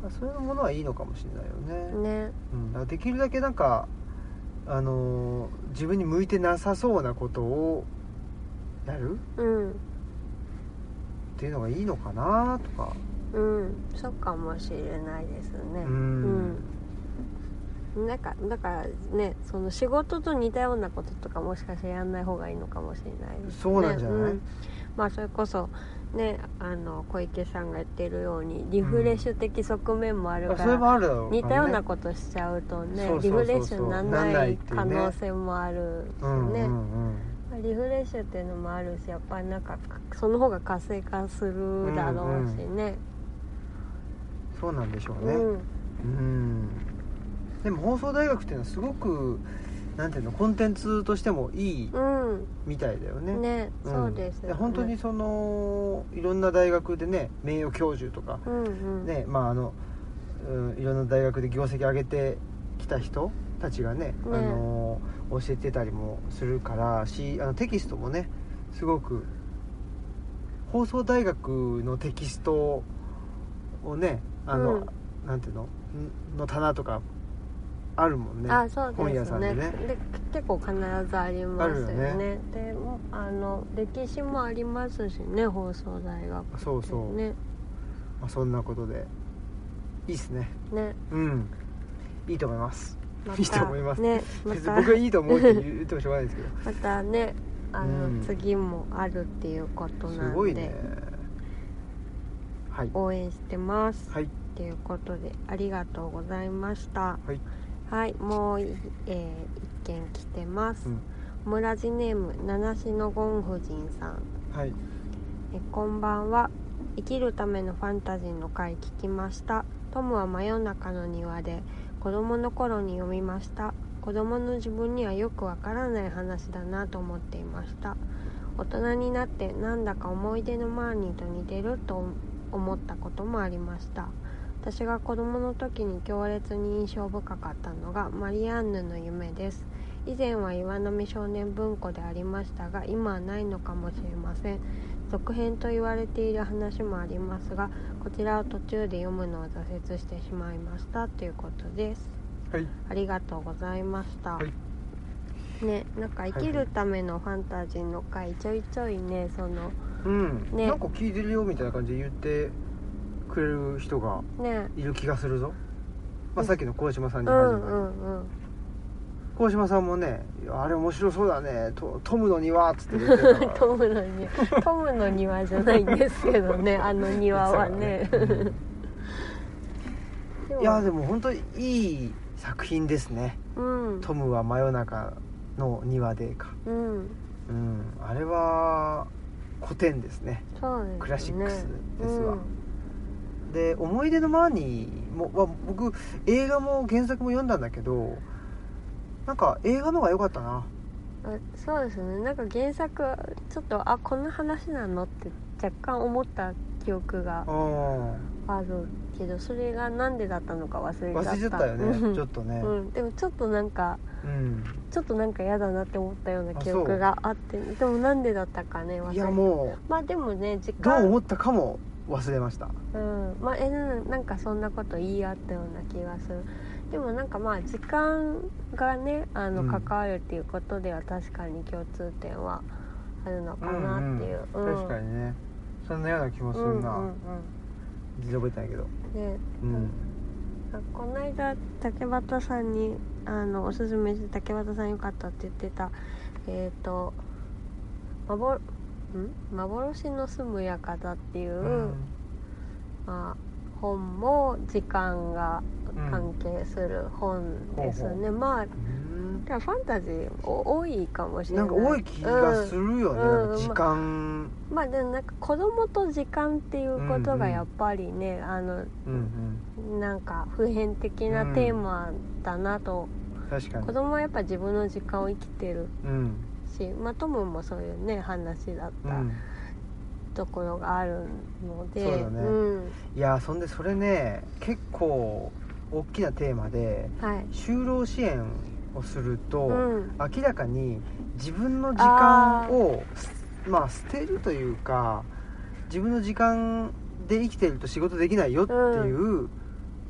Speaker 1: そういうものはいいのかもしれないよね。
Speaker 2: ね、
Speaker 1: うん、だからできるだけなんかあのー、自分に向いてなさそうなことをやる、
Speaker 2: うん、
Speaker 1: っていうのがいいのかなとか。
Speaker 2: うん、そうかもしれないですね。
Speaker 1: うん、
Speaker 2: うん、なんかだからね、その仕事と似たようなこととかもしかしてやんない方がいいのかもしれないですね。
Speaker 1: そうなんじゃない、うん、
Speaker 2: まあそれこそね、あの小池さんが言ってるようにリフレッシュ的側面もあるから、うん、似たようなことしちゃうとね、リフレッシュにならない可能性もあるしね、うんうんうん、リフレッシュっていうのもあるし、やっぱりなんかその方が活性化するだろうしね、うんうん、
Speaker 1: そうなんでしょうね、うん、うん。でも放送大学っていうのはすごくなんていうの、コンテンツとしてもいいみたいだよね、
Speaker 2: うん、ね、うん、そうですよね。
Speaker 1: 本当にそのいろんな大学でね、名誉教授とか、うんうん、ね、まああの、うん、いろんな大学で業績上げてきた人たちが ね, ねあの教えてたりもするからし、あのテキストもねすごく、放送大学のテキストをね、あの、うん、なんていうのの棚とかあるもんね。
Speaker 2: あ、そうですね。
Speaker 1: 本屋さんでね。
Speaker 2: で結構必ずありますよね。あるよね。で、あの歴史もありますしね、放送大学ってね。
Speaker 1: そうそう。まあ、そんなことでいいっすね。
Speaker 2: ね。
Speaker 1: うん。いいと思います。
Speaker 2: ま、
Speaker 1: いいと思います。
Speaker 2: ね。
Speaker 1: ま、別に僕はいいと思うって言ってもしょうがないですけど。
Speaker 2: またね、あの、うん、次もあるっていうことなんで。
Speaker 1: すごいね。はい。
Speaker 2: 応援してます。
Speaker 1: はい。
Speaker 2: ということでありがとうございました。
Speaker 1: はい。
Speaker 2: はい、もう、えー、一件来てます、うん、オムラジネーム七種のゴン夫人さん、
Speaker 1: はい、
Speaker 2: えこんばんは。生きるためのファンタジーの回聞きました。トムは真夜中の庭で子供の頃に読みました。子供の自分にはよくわからない話だなと思っていました。大人になってなんだか思い出のマーニーと似てると思ったこともありました。私が子供の時に強烈に印象深かったのがマリアンヌの夢です。以前は岩波少年文庫でありましたが、今はないのかもしれません。続編と言われている話もありますが、こちらを途中で読むのを挫折してしまいましたということです。
Speaker 1: はい、
Speaker 2: ありがとうございました、
Speaker 1: はい、
Speaker 2: ね、なんか生きるためのファンタジーの回ちょいちょいね、その、
Speaker 1: うんね、なんか聞いてるよみたいな感じで言ってくれる人がいる気がするぞ、ね。まあ、さっきの鴻島さんに始まる、うんうんうん、鴻島さんもね、あれ面白そうだね、 ト, トムの庭っつって言ってたから
Speaker 2: トムの庭トムの庭じゃないんですけどねあの庭はね、うん、
Speaker 1: いやでも本当にいい作品ですね、
Speaker 2: うん、
Speaker 1: トムは真夜中の庭でか、
Speaker 2: うんうん、
Speaker 1: あれは古典ですね。
Speaker 2: そうですね、
Speaker 1: クラシックスですわ、うん、で思い出のマーニーも、まあ、僕映画も原作も読んだんだけど、なんか映画の方が良かったな。
Speaker 2: あ、そうですね、なんか原作ちょっとあこんな話なのって若干思った記憶があるけど、それがなんでだったのか忘れちゃった。
Speaker 1: 忘れちゃったよねちょっとね、
Speaker 2: うん、でもちょっとなんか、うん、ちょっとなんか嫌だなって思ったような記憶があって、でもなんでだったかね忘れちゃった。いやもうまあでもね時間
Speaker 1: どう思ったかも忘れました。
Speaker 2: うん、まあえなんかそんなこと言い合ったような気がする。でもなんかまあ時間がねあの関わるっていうことでは確かに共通点はあるのかなっていう、
Speaker 1: うんうんうん、確かにね、そんなような気もするな、うんうんうん、全然覚えてないけど、ね、うん、
Speaker 2: この間竹俣さんにあのおすすめして竹俣さんよかったって言ってたえっ、ー、と幻ん幻の住む館っていう、うん、まあ、本も時間が関係する本ですね、うん、ほうほう、まあファンタジー多いかもしれない。
Speaker 1: なんか多い気がするよね、うん、時間、
Speaker 2: ま、まあでもなんか子供と時間っていうことがやっぱりね、うんうん、あの、うんうん、なんか普遍的なテーマだなと、
Speaker 1: うん、確かに
Speaker 2: 子供はやっぱ自分の時間を生きてるし、うん、まあトムもそういうね話だった、うん、ところがあるので、
Speaker 1: そうだね、うん、いやそんでそれね結構大きなテーマで、はい、就労支援をすると、うん、明らかに自分の時間をあまあ捨てるというか、自分の時間で生きてると仕事できないよっていう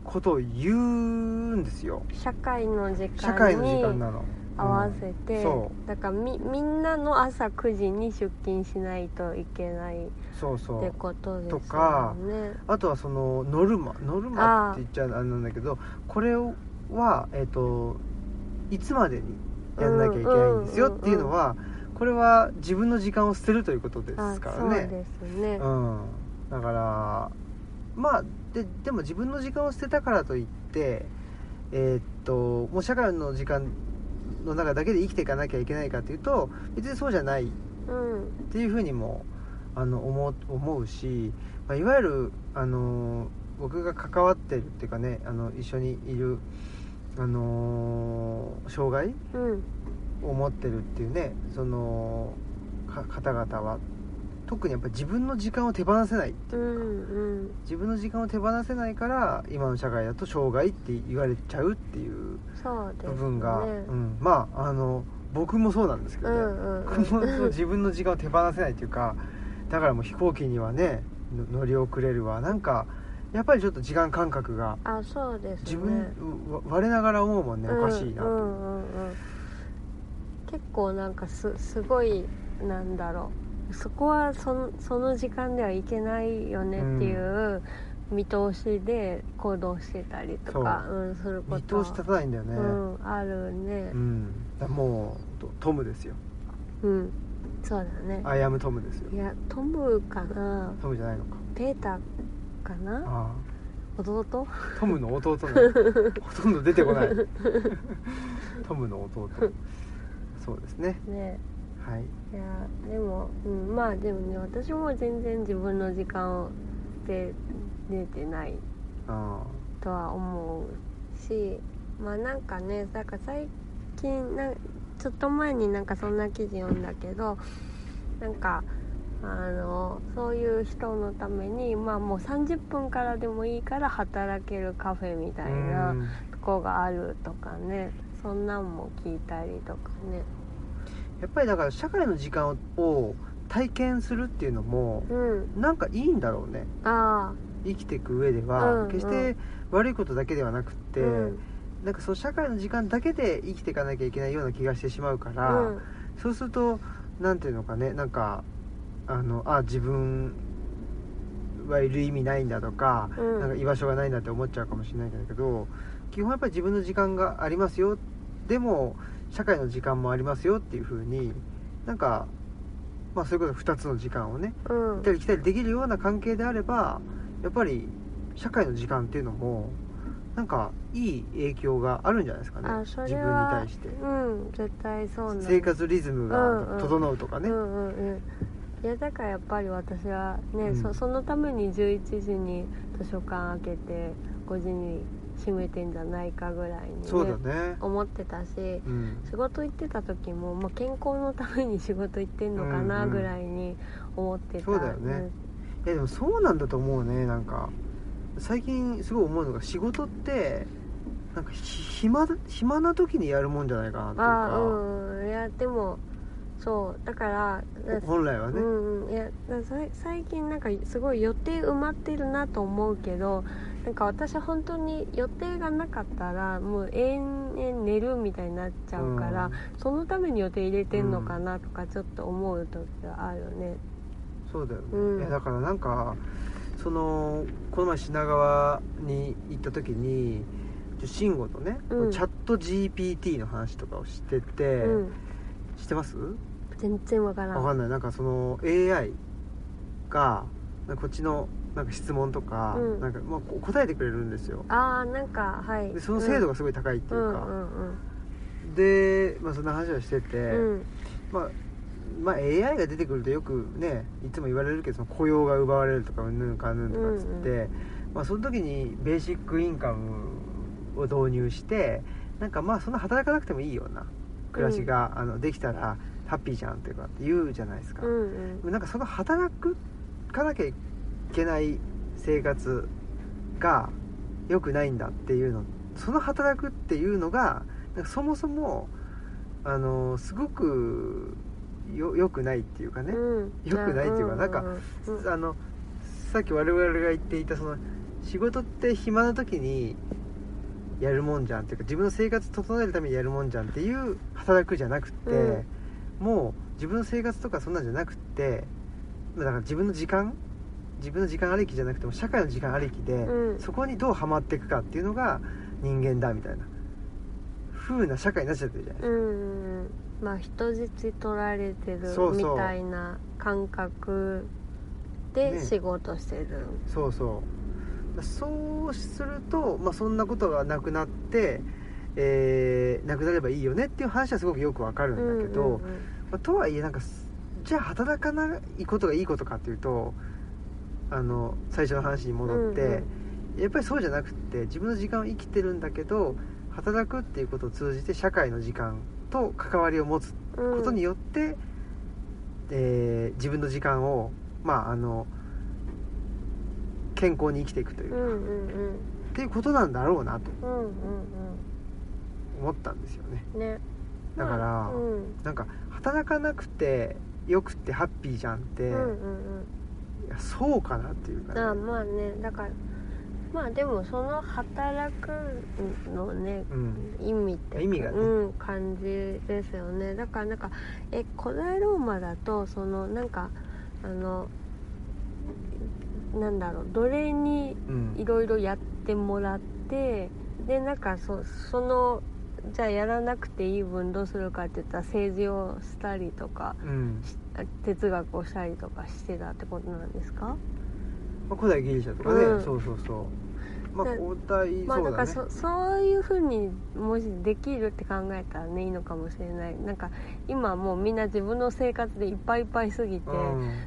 Speaker 1: ことを言うんですよ。
Speaker 2: 社会の時
Speaker 1: 社会の時間
Speaker 2: 間に
Speaker 1: なの
Speaker 2: 合わせて、
Speaker 1: うん、そう
Speaker 2: だから み, みんなの朝くじに出勤しないといけない
Speaker 1: そうそう
Speaker 2: ってことですよね。
Speaker 1: とか、あとはそのノルマノルマって言っちゃあれなんだけど、これは、えーと、いつまでにやんなきゃいけないんですよっていうのは、これは自分の時間を捨てるということですからね。
Speaker 2: そうですね、
Speaker 1: うん、だからまあ で, でも自分の時間を捨てたからといってえー、っともう社会の時間の中だけで生きていかなきゃいけないかというと別にそうじゃないっていうふうにもあの 思, 思うし、まあ、いわゆるあの僕が関わってるっていうかね、あの一緒にいるあの障害、うんを持ってるっていうね、その方々は特にやっぱり自分の時間を手放せないっていうか、うんうん、自分の時間を手放せないから今の社会だと障害って言われちゃうっていう部分が、ね、うん、まああの僕もそうなんですけどね、うんうんうん、自分の時間を手放せないっていうか、だからもう飛行機にはね乗り遅れるわ、なんかやっぱりちょっと時間感覚が
Speaker 2: あそうです、ね、
Speaker 1: 自分我ながら思うもんね、おかしいなと、うんうんうん、
Speaker 2: 結構なんか す, すごいなんだろう、そこは そ, その時間ではいけないよねっていう見通しで行動してたりとか、うん、すること
Speaker 1: 見通し立たないんだよね、
Speaker 2: うん、あるね、
Speaker 1: うん、だもうトムですよ、
Speaker 2: うん、そうだね、
Speaker 1: アイアムトムですよ。
Speaker 2: いやトムかな、
Speaker 1: トムじゃないのか、
Speaker 2: ペーターかな、ああ弟
Speaker 1: トムの弟ねほとんど出てこないトムの弟そうですね。ね、はい。
Speaker 2: いやでも、うん、まあでもね、私も全然自分の時間をで出てないとは思うし、まあなんかね、なんか最近なちょっと前になんかそんな記事読んだけど、なんかあのそういう人のために、まあもうさんじゅっぷんからでもいいから働けるカフェみたいなとこがあるとかね、そんなんも聞いたりとかね。
Speaker 1: やっぱりだから社会の時間を体験するっていうのも、うん、なんかいいんだろうね。あ生きていく上では、うんうん、決して悪いことだけではなくって、うん、なんかその社会の時間だけで生きていかなきゃいけないような気がしてしまうから、うん、そうするとなんていうのかね、なんかあのあ自分はいる意味ないんだとか、うん、なんか居場所がないんだって思っちゃうかもしれないけど、基本やっぱり自分の時間がありますよ、でも社会の時間もありますよっていう風に、なんかまあそういうことふたつの時間をね、うん、行ったり来たりできるような関係であれば、やっぱり社会の時間っていうのもなんかいい影響があるんじゃないですかね。自分に対して、
Speaker 2: うん、絶対そうなんです。
Speaker 1: 生活リズムが整うとかね、うんうんうんうん、
Speaker 2: いやだからやっぱり私はね、うん、そ, そのためにじゅういちじに図書館開けてごじに閉めてんじゃないかぐらいに、ね、
Speaker 1: そうだね、
Speaker 2: 思ってたし、うん、仕事行ってた時も、まあ、健康のために仕事行ってんのかなぐらいに思ってた、
Speaker 1: うんうん、そうだよね。いやでもそうなんだと思うね。なんか最近すごい思うのが、仕事ってなんか暇暇な時にやるもんじゃないかなっていうか。あ、
Speaker 2: うん、いやでもそうだから
Speaker 1: 本来はね、
Speaker 2: うんうん、いや最近なんかすごい予定埋まってるなと思うけど、なんか私本当に予定がなかったらもう延々寝るみたいになっちゃうから、うん、そのために予定入れてんのかなとかちょっと思う時があるね、
Speaker 1: うん、そうだよね、うん、いやだからなんかそのこの前品川に行った時に慎吾とね、うん、チャット ジーピーティー の話とかをしてて、うん、知ってます？
Speaker 2: 全然わからん。
Speaker 1: わかんない。なんかその エーアイ がこっちのなんか質問とか、うん、なんかまあ答えてくれるんですよ。
Speaker 2: ああ、なんかはい。
Speaker 1: でその精度がすごい高いっていうか、うんうんうんうん、でまあそんな話をしてて、うん、まあまあ エーアイ が出てくるとよくねいつも言われるけど、その雇用が奪われるとかうんぬんかんぬんとかっつって、うんうん、まあその時にベーシックインカムを導入して、なんかまあそんな働かなくてもいいような暮らしが、うん、あのできたらハッピーじゃんっていうかって言うじゃないですか、うんうん、なんかその働かなきゃいけない生活が良くないんだっていうの、その働くっていうのがなんかそもそもあのすごくよ良くないっていうかね、うん、良くないっていうか、なんか、うんうん、あのさっき我々が言っていたその仕事って暇な時にやるもんじゃんっていうか、自分の生活整えるためにやるもんじゃんっていう働くじゃなくて、うん、もう自分の生活とかそんなんじゃなくて、だから自分の時間自分の時間ありきじゃなくても社会の時間ありきで、うん、そこにどうハマっていくかっていうのが人間だみたいな風な社会になっちゃってるじゃないですか。うん、
Speaker 2: まあ人質取られてるみたいな感覚で仕事してる、ね、
Speaker 1: そうそうそうすると、まあ、そんなことがなくなって、えー、なくなればいいよねっていう話はすごくよくわかるんだけど、うんうんうん、まあ、とはいえなんかじゃあ働かないことがいいことかっていうと、あの最初の話に戻って、うんうん、やっぱりそうじゃなくって自分の時間を生きてるんだけど、働くっていうことを通じて社会の時間と関わりを持つことによって、うん、えー、自分の時間をまああの健康に生きていくというか、うんうんうん、っていうことなんだろうなと思ったんですよね。ね、だから、まあ、うん、なんか働かなくてよくてハッピーじゃんって、うんうんうん、いやそうかなっていうかね。
Speaker 2: あ、まあね、だからまあでもその働くのね、うん、意味って
Speaker 1: 意味がね、
Speaker 2: うん、感じですよね。だからなんかえ古代ローマだとそのなんかあのなんだろう、奴隷にいろいろやってもらって、うん、でなんか そ, そのじゃあやらなくていい分どうするかって言ったら政治をしたりとか、うん、哲学をしたりとかしてたってことなんですか？
Speaker 1: まあ、古代ギリシャとかね、うん、そうそうそう、まあ古代、
Speaker 2: まあ、だから そ, そういう風にもしできるって考えたらねいいのかもしれない。なんか今もうみんな自分の生活でいっぱいいっぱいすぎて、うん、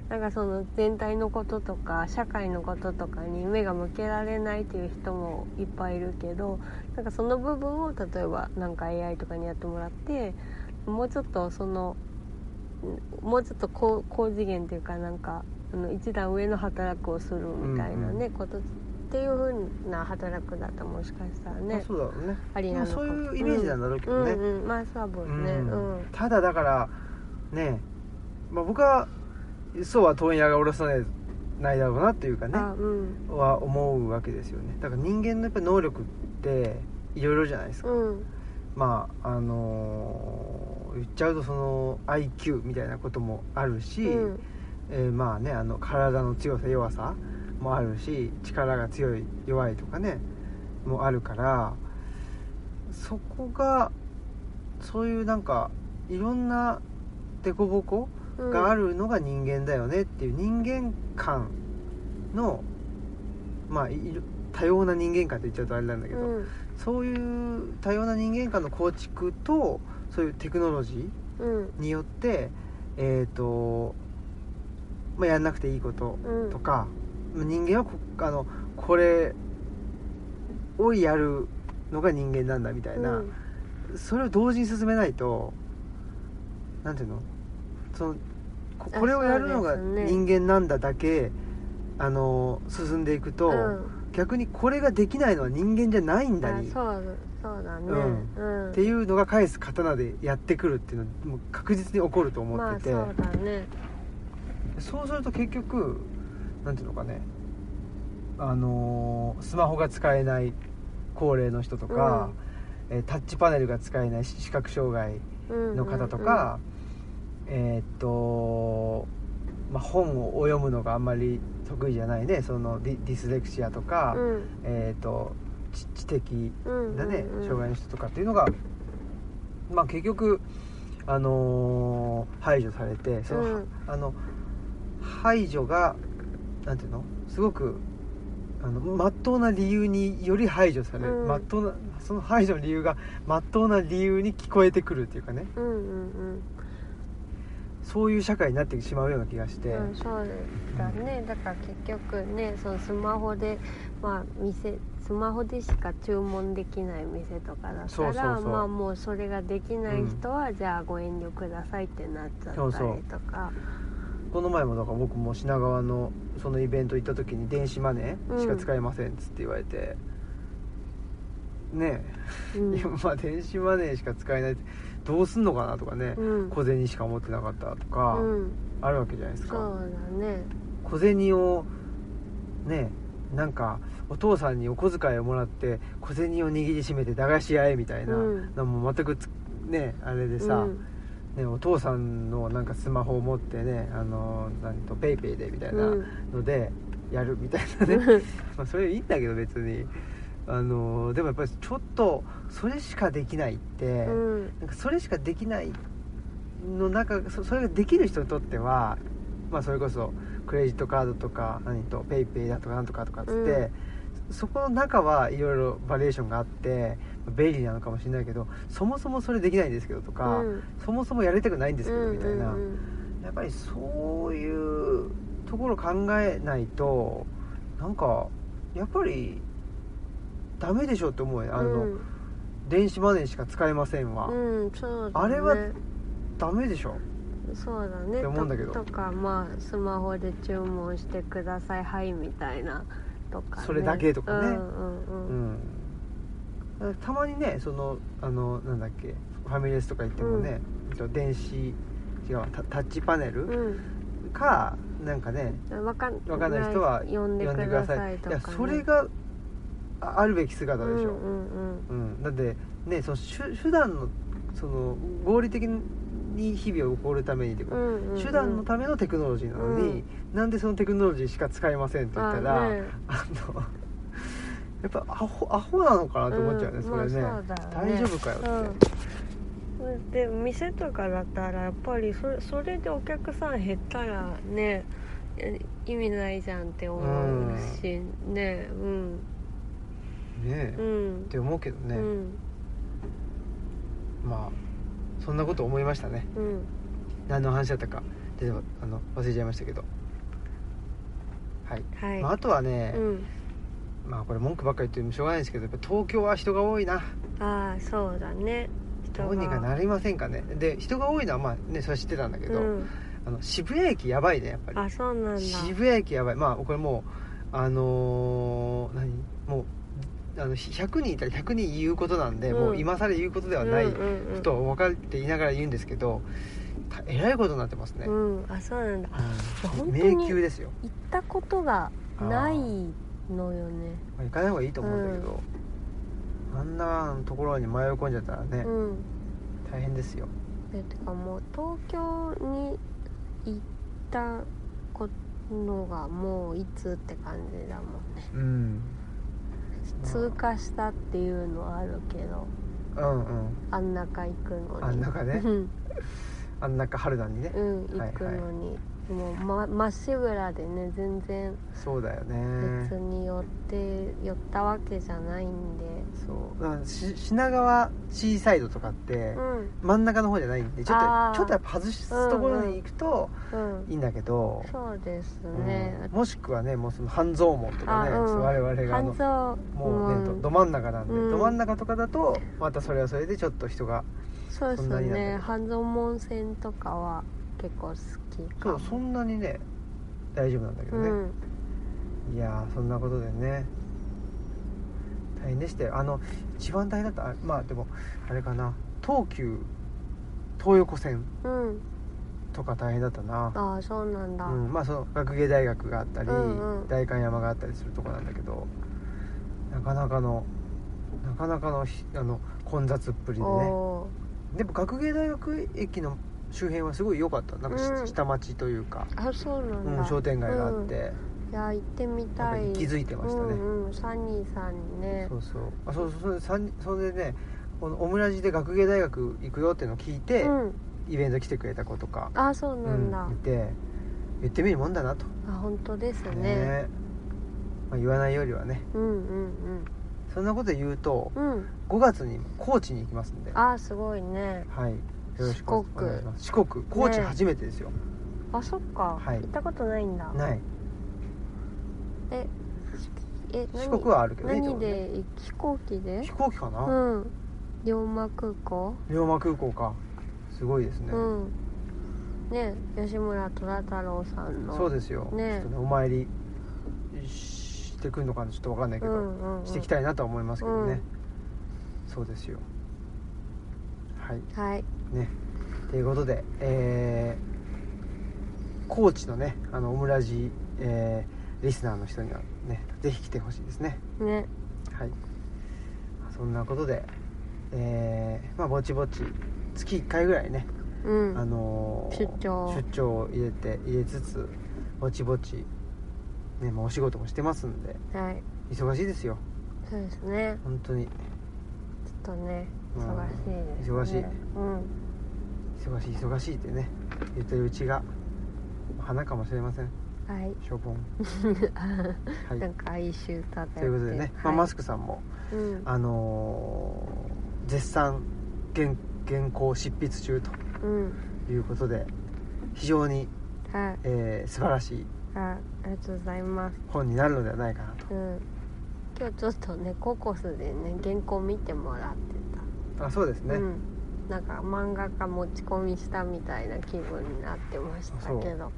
Speaker 2: なんかその全体のこととか社会のこととかに目が向けられないっていう人もいっぱいいるけど、なんかその部分を例えばなんか エーアイ とかにやってもらってもうちょっとそのもうちょっと 高, 高次元っていうかなんかあの一段上の働くをするみたいなね、うんうん、ことっていう風な働くだったらもしかしたらね、
Speaker 1: まあ、そうだろうね、
Speaker 2: ありなのか、
Speaker 1: そういうイメージなんだろうけどね、
Speaker 2: うんうんうん、まあそうですね、うんうん、
Speaker 1: ただだからね、まあ、僕はそうは問屋が下ろさないだろうなっていうかね、うん、は思うわけですよね。だから人間のやっぱり能力っていろいろじゃないですか、うん、まああのー、言っちゃうとその アイキュー みたいなこともあるし、うん、えー、まあね、あの体の強さ弱さもあるし、力が強い弱いとかねもあるから、そこがそういうなんかいろんな凸凹があるのが人間だよねっていう人間観の、まあ多様な人間観って言っちゃうとあれなんだけど、うん、そういう多様な人間観の構築とそういうテクノロジーによって、うん、えっとまあ、やんなくていいこととか、うん、人間は こ, あのこれをやるのが人間なんだみたいな、うん、それを同時に進めないとなんていうの、その こ, これをやるのが人間なんだだけ、あの進んでいくと、うん、逆にこれができないのは人間じゃないんだに、
Speaker 2: そうそうだね、
Speaker 1: うんうん、っていうのが返す刀でやってくるっていうのはもう確実に起こると思ってて、
Speaker 2: まあそうだね。
Speaker 1: そうすると結局なんていうのかね、あのー、スマホが使えない高齢の人とか、うん、えー、タッチパネルが使えない視覚障害の方とか、うんうんうん、えー、っと、まあ、本を読むのがあんまり得意じゃないね、そのディ、ディスレクシアとか、うん、えー、っと知, 知的なね、うんうんうん、障害の人とかっていうのが、まあ、結局、あのー、排除されて、その、うん、あの排除がなんていうの、すごくあの真っ当な理由により排除される、うん、真っ当なその排除の理由が真っ当な理由に聞こえてくるっていうかね、うんうんうん、そういう社会になってしまうような気がして、
Speaker 2: うん、そうだね。だから結局ね、そのスマホで、まあ、店スマホでしか注文できない店とかだったら、そうそうそう、まあ、もうそれができない人は、うん、じゃあご遠慮くださいってなっちゃったりとか、そうそう、
Speaker 1: この前もだから僕も品川のそのイベント行った時に電子マネーしか使えませんっつって言われて、うん、ねえ、うん、いやまあ電子マネーしか使えないってどうすんのかなとかね、うん、小銭しか持ってなかったとか、うん、あるわけじゃないですか。
Speaker 2: そうだね。
Speaker 1: 小銭をねなんかお父さんにお小遣いをもらって小銭を握りしめて駄菓子屋へみたいな、うん、のも全くつねあれでさ、うんね、お父さんのなんかスマホを持ってねあの何とペイペイでみたいなのでやるみたいなね、うん、まあそれいいんだけど別にあのでもやっぱりちょっとそれしかできないって、うん、なんかそれしかできないの中 そ, それができる人にとってはまあそれこそクレジットカードとか何とペイペイだとかなんとかとかっつって、うんそこの中はいろいろバリエーションがあって便利なのかもしれないけどそもそもそれできないんですけどとか、うん、そもそもやりたくないんですけどみたいな、うんうんうん、やっぱりそういうところ考えないとなんかやっぱりダメでしょって思うよあの、うん、電子マネーしか使えませんわ、
Speaker 2: うんそうだね、
Speaker 1: あれはダメでしょ
Speaker 2: そうだね
Speaker 1: って思うんだけど
Speaker 2: と, とかまあスマホで注文してくださいはいみたいなとかね、
Speaker 1: それだけとかね、
Speaker 2: うんうんうん
Speaker 1: うん、たまにねそのあのなんだっけファミレスとか行ってもね、うん、電子違う タ, タッチパネル、うん、かなんかね
Speaker 2: 分かん
Speaker 1: ない人は
Speaker 2: 呼んでくださいとか、ね、
Speaker 1: いやそれがあるべき姿でしょ、
Speaker 2: うんうんうん
Speaker 1: うん、だってねその手段のその合理的に日々を起こるためにってこと、うんうんうん、手段のためのテクノロジーなのに、うん、なんでそのテクノロジーしか使えませんって言ったら あ,、ね、あのやっぱアホ、アホなのかなと思っちゃうね、うん、それね、まあ、そうだよね、大丈夫かよって、
Speaker 2: うん、で店とかだったらやっぱり そ, それでお客さん減ったらね意味ないじゃんって思うし、うん、ねうん
Speaker 1: ねえ、うん、って思うけどね、うん、まあそんなこと思いましたね、うん、何の話だったか例えばあの忘れちゃいましたけどはい、はいまあ、あとはね、うん、まあこれ文句ばっかり言ってもしょうがないんですけどやっぱ東京は人が多いな
Speaker 2: ああそうだね
Speaker 1: どうにかなりませんかねで人が多いのはまあねそれ知ってたんだけど、うん、あの渋谷駅やばいねやっぱり
Speaker 2: あそうなんだ
Speaker 1: 渋谷駅やばいまあこれもうあのー、何もうあのひゃくにんいたらひゃくにん言うことなんで、うん、もう今更言うことではないことは分かっていながら言うんですけどえらいことになってますね、
Speaker 2: うん、あそうなんだ、
Speaker 1: うん、迷宮ですよ
Speaker 2: 行ったことがないのよね
Speaker 1: 行かない方がいいと思うんだけど、うん、あんなところに迷い込んじゃったらね、うん、大変ですよ
Speaker 2: でてかもう東京に行ったのがもういつって感じだもんねうん通過したっていうのはあるけど
Speaker 1: うんうん
Speaker 2: あん中行くのに
Speaker 1: あん中ねあん中春菜にね
Speaker 2: うん行くのに、はいはい、もうままっしぐらでね全然
Speaker 1: そうだよね
Speaker 2: 別に寄って寄ったわけじゃないんで
Speaker 1: そうだからし品川シーサイドとかって、うん、真ん中の方じゃないんでちょっとちょっとやっぱ外すところに行くといいんだけど、
Speaker 2: うんうん、そうですね、
Speaker 1: うん、もしくはねもうその半蔵門とかね、うん、我々があのもうね、うん、ど真ん中なんで、うん、ど真ん中とかだとまたそれはそれでちょっと人が
Speaker 2: そうですね半蔵門線とかは結構好きかも
Speaker 1: そうそんなにね大丈夫なんだけどね、うん、いやそんなことでね大変でしたよあの一番大変だったまあでもあれかな東急東横線とか大変だったな、
Speaker 2: うん、ああそうなんだ、
Speaker 1: うん、まあその学芸大学があったり、うんうん、代官山があったりするとこなんだけどなかなかのなかなかのあの混雑っぷりでねでも学芸大学駅の周辺はすごい良かったなんか、うん、下町というか
Speaker 2: あそうなんだ、
Speaker 1: うん、商店街があって、
Speaker 2: うんいや行ってみたい
Speaker 1: 気づいてましたね、
Speaker 2: うんうん、サニーさんにね
Speaker 1: そうそうあそうそうそれそれでねこのオムラジで学芸大学行くよっていうのを聞いて、うん、イベント来てくれた子とか
Speaker 2: あそうなんだ、
Speaker 1: うん、いて言ってみるもんだなと
Speaker 2: あ本当ですね、
Speaker 1: ねまあ、言わないよりはね
Speaker 2: うんうんうん
Speaker 1: そんなこと言うと、うん、ごがつに高知に行きますんで
Speaker 2: あすごいね
Speaker 1: はいよろしくお願いします四国高知初めてですよ、ね、
Speaker 2: あそっか、はい、行ったことないんだ
Speaker 1: ない
Speaker 2: ええ
Speaker 1: 四国はあるけどね
Speaker 2: 何で、ね、飛行機で
Speaker 1: 飛行機かな
Speaker 2: うん龍馬空港
Speaker 1: 龍馬空港かすごいですね
Speaker 2: うんね吉村虎太郎さんの
Speaker 1: そうですよ、ね、ちょっとねお参りしてくるのかなちょっと分かんないけど、うんうんうん、していきたいなとは思いますけどね、うん、そうですよはい
Speaker 2: はい
Speaker 1: ねということで、えー、高知のねあのオムラジ、えーリスナーの人にはねぜひ来てほしいですね。
Speaker 2: ね。
Speaker 1: はい。そんなことで、えー、まあぼちぼち月いっかいぐらいね、
Speaker 2: うん、
Speaker 1: あのー、
Speaker 2: 出張
Speaker 1: 出張を入れて入れつつぼちぼちね、まあ、お仕事もしてますんで、
Speaker 2: はい、
Speaker 1: 忙しいですよ。
Speaker 2: そうですね。
Speaker 1: 本当に。
Speaker 2: ちょっとね忙しいですね。
Speaker 1: 忙しい。
Speaker 2: うん。
Speaker 1: 忙しい忙しいってね言ってるうちが花かもしれません。
Speaker 2: はい。
Speaker 1: しょぼん。
Speaker 2: はい。なんか哀愁たた
Speaker 1: ということでね、はい、まあ、マスクさんも、
Speaker 2: うん、
Speaker 1: あのー、絶賛原原稿執筆中ということで、うん、非常に、はい、えー、素晴らしい、
Speaker 2: はい、ありがとうございます。
Speaker 1: 本になるのではないかなと。うん、
Speaker 2: 今日ちょっとねココスでね原稿見てもらって
Speaker 1: た。あ、そうですね。うん、
Speaker 2: なんか漫画家持ち込みしたみたいな気分になってましたけど。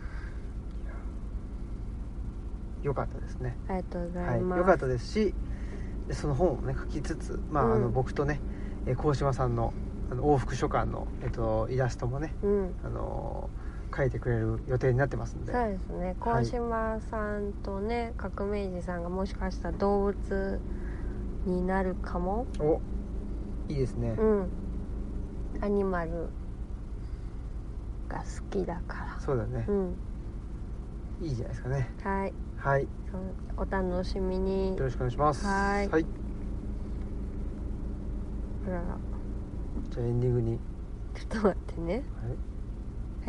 Speaker 1: 良かったですね。
Speaker 2: ありがとうございます。
Speaker 1: はい、良かったですし、その本をね書きつつ、まあ、うん、あの僕とね鴻島さんの、あの往復書簡の、えっと、イラストもね、うん、あの描いてくれる予定になってますんで。
Speaker 2: そうですね。鴻島さんとね、はい、革命児さんがもしかしたら動物になるかも。
Speaker 1: お、いいですね。
Speaker 2: うん。アニマルが好きだから。
Speaker 1: そうだね。うん。いいじゃないですかね。
Speaker 2: はい。
Speaker 1: はい。
Speaker 2: お楽しみに。
Speaker 1: よろしくお願いします。
Speaker 2: はい。
Speaker 1: はい。
Speaker 2: あらら。
Speaker 1: じゃあエンディングに。
Speaker 2: ちょっと待ってね。はい。はい。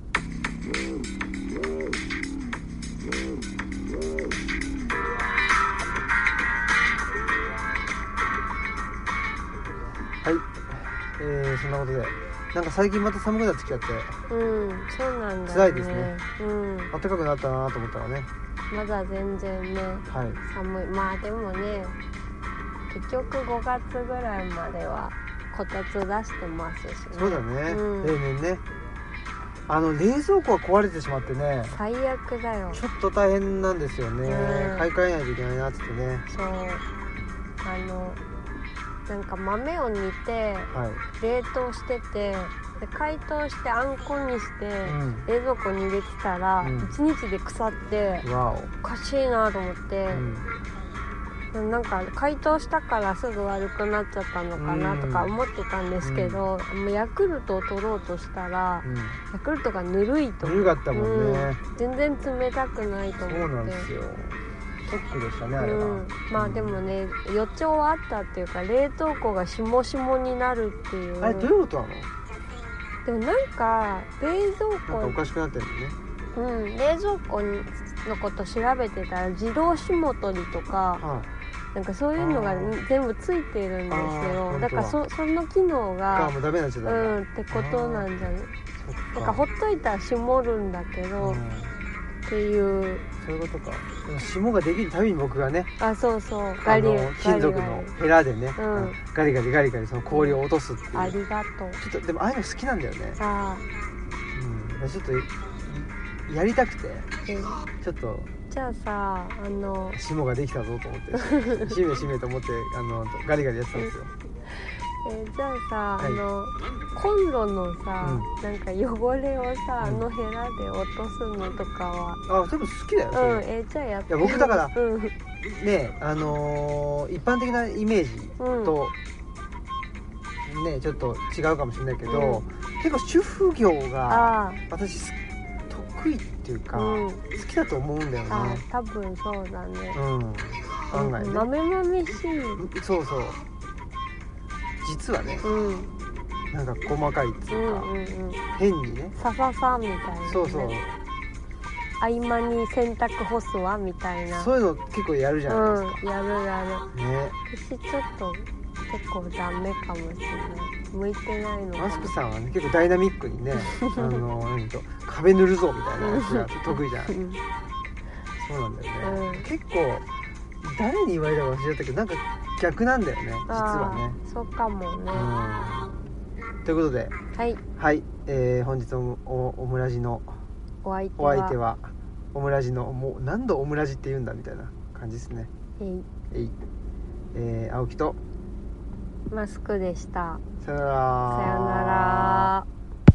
Speaker 1: はい。えー、そんなことで。なんか最近また寒くなってきちゃって、
Speaker 2: うん、そうなんだよね。
Speaker 1: 辛いですね。
Speaker 2: うん、
Speaker 1: 暖かくなったなと思ったらね。
Speaker 2: まだ全然ね、はい、寒い。まあでもね、結局ごがつぐらいまではこたつ出してますしね。
Speaker 1: そうだね、うん、例年ね。あの冷蔵庫が壊れてしまってね、
Speaker 2: 最悪だよ。
Speaker 1: ちょっと大変なんですよね、うん、買い替えないといけないなっつってね。
Speaker 2: そう、あのなんか豆を煮て冷凍してて、はい、で解凍してあんこにして、うん、冷蔵庫に入れてたら、うん、いちにちで腐って、うん、おかしいなと思って、うん、なんか解凍したからすぐ悪くなっちゃったのかなとか思ってたんですけど、うん、もうヤクルトを取ろうとしたら、うん、ヤクルトがぬるいと思って、
Speaker 1: ぬるかったもんね、
Speaker 2: うん、全然冷たくないと思って。
Speaker 1: そうなんですよ、ショックでしたね、あれは。うん、
Speaker 2: まあでもね、予兆はあったっていうか、冷凍庫がしもしもになるっていう。
Speaker 1: あれどういうことなの？
Speaker 2: でもなんか冷蔵庫なん
Speaker 1: かおかしくなってるのね。
Speaker 2: うん、冷蔵庫のこと調べてたら自動霜取りとか、はあ、なんかそういうのが全部ついてるんですよ。だから そ, その機能が
Speaker 1: もうダメになっちゃったんだ、
Speaker 2: うん、ってことなんじゃない。なんかほっといたら霜るんだけど、うん、っていう。
Speaker 1: そういうことか。霜ができるたびに僕がね、
Speaker 2: あ、そうそう、ガリガリ
Speaker 1: 金属のヘラでね、うん、ガリガリガリガリその氷を落とすっていう、うん、
Speaker 2: ありがとう。
Speaker 1: ちょっとでもああいうの好きなんだよね。
Speaker 2: あ、
Speaker 1: うん、ちょっとやりたくて、ちょっと
Speaker 2: じゃあさ、あの
Speaker 1: 霜ができたぞと思ってしめしめと思ってあのガリガリやってたんですよ。
Speaker 2: えー、じゃあさ、はい、あのコンロのさ、うん、なんか汚れをさ、うん、あのヘラで落とすのとかは、
Speaker 1: あ、多分好きだよ。
Speaker 2: うん、えー、じゃあやって。
Speaker 1: いや僕だから、うん、ね、あのー、一般的なイメージと、うん、ね、ちょっと違うかもしれないけど、うん、結構主婦業が私得意っていうか、うん、好きだと思うんだよね。
Speaker 2: あ、多分そうだね。
Speaker 1: うん、案外ね。
Speaker 2: 豆豆しい。
Speaker 1: そうそう。実はね、うん、なんか細かいっていうか、うんうんうん、変にね、
Speaker 2: さささみたいな、ね、
Speaker 1: そうそう、
Speaker 2: 合間に洗濯干すわみたいな、
Speaker 1: そういうの結構やるじゃないですか、
Speaker 2: うん、やるやる、
Speaker 1: ね、
Speaker 2: 私ちょっと結構ダメかもしれない、向いてないのかな。
Speaker 1: マスクさんはね結構ダイナミックにねあの何と壁塗るぞみたいなやつが得意じゃんそうなんだよね、うん、結構誰に言われたか忘れちゃったけどなんか逆なんだよね、実はね。
Speaker 2: そうかもね、
Speaker 1: うん、ということで、
Speaker 2: はい、
Speaker 1: はい、えー、本日のオムラジの
Speaker 2: お相手
Speaker 1: は, お相手はオムラジのもう何度オムラジって言うんだみたいな感じですね。
Speaker 2: えい、
Speaker 1: えい、えー、青木と
Speaker 2: マスクでした。
Speaker 1: さよなら。
Speaker 2: さよなら。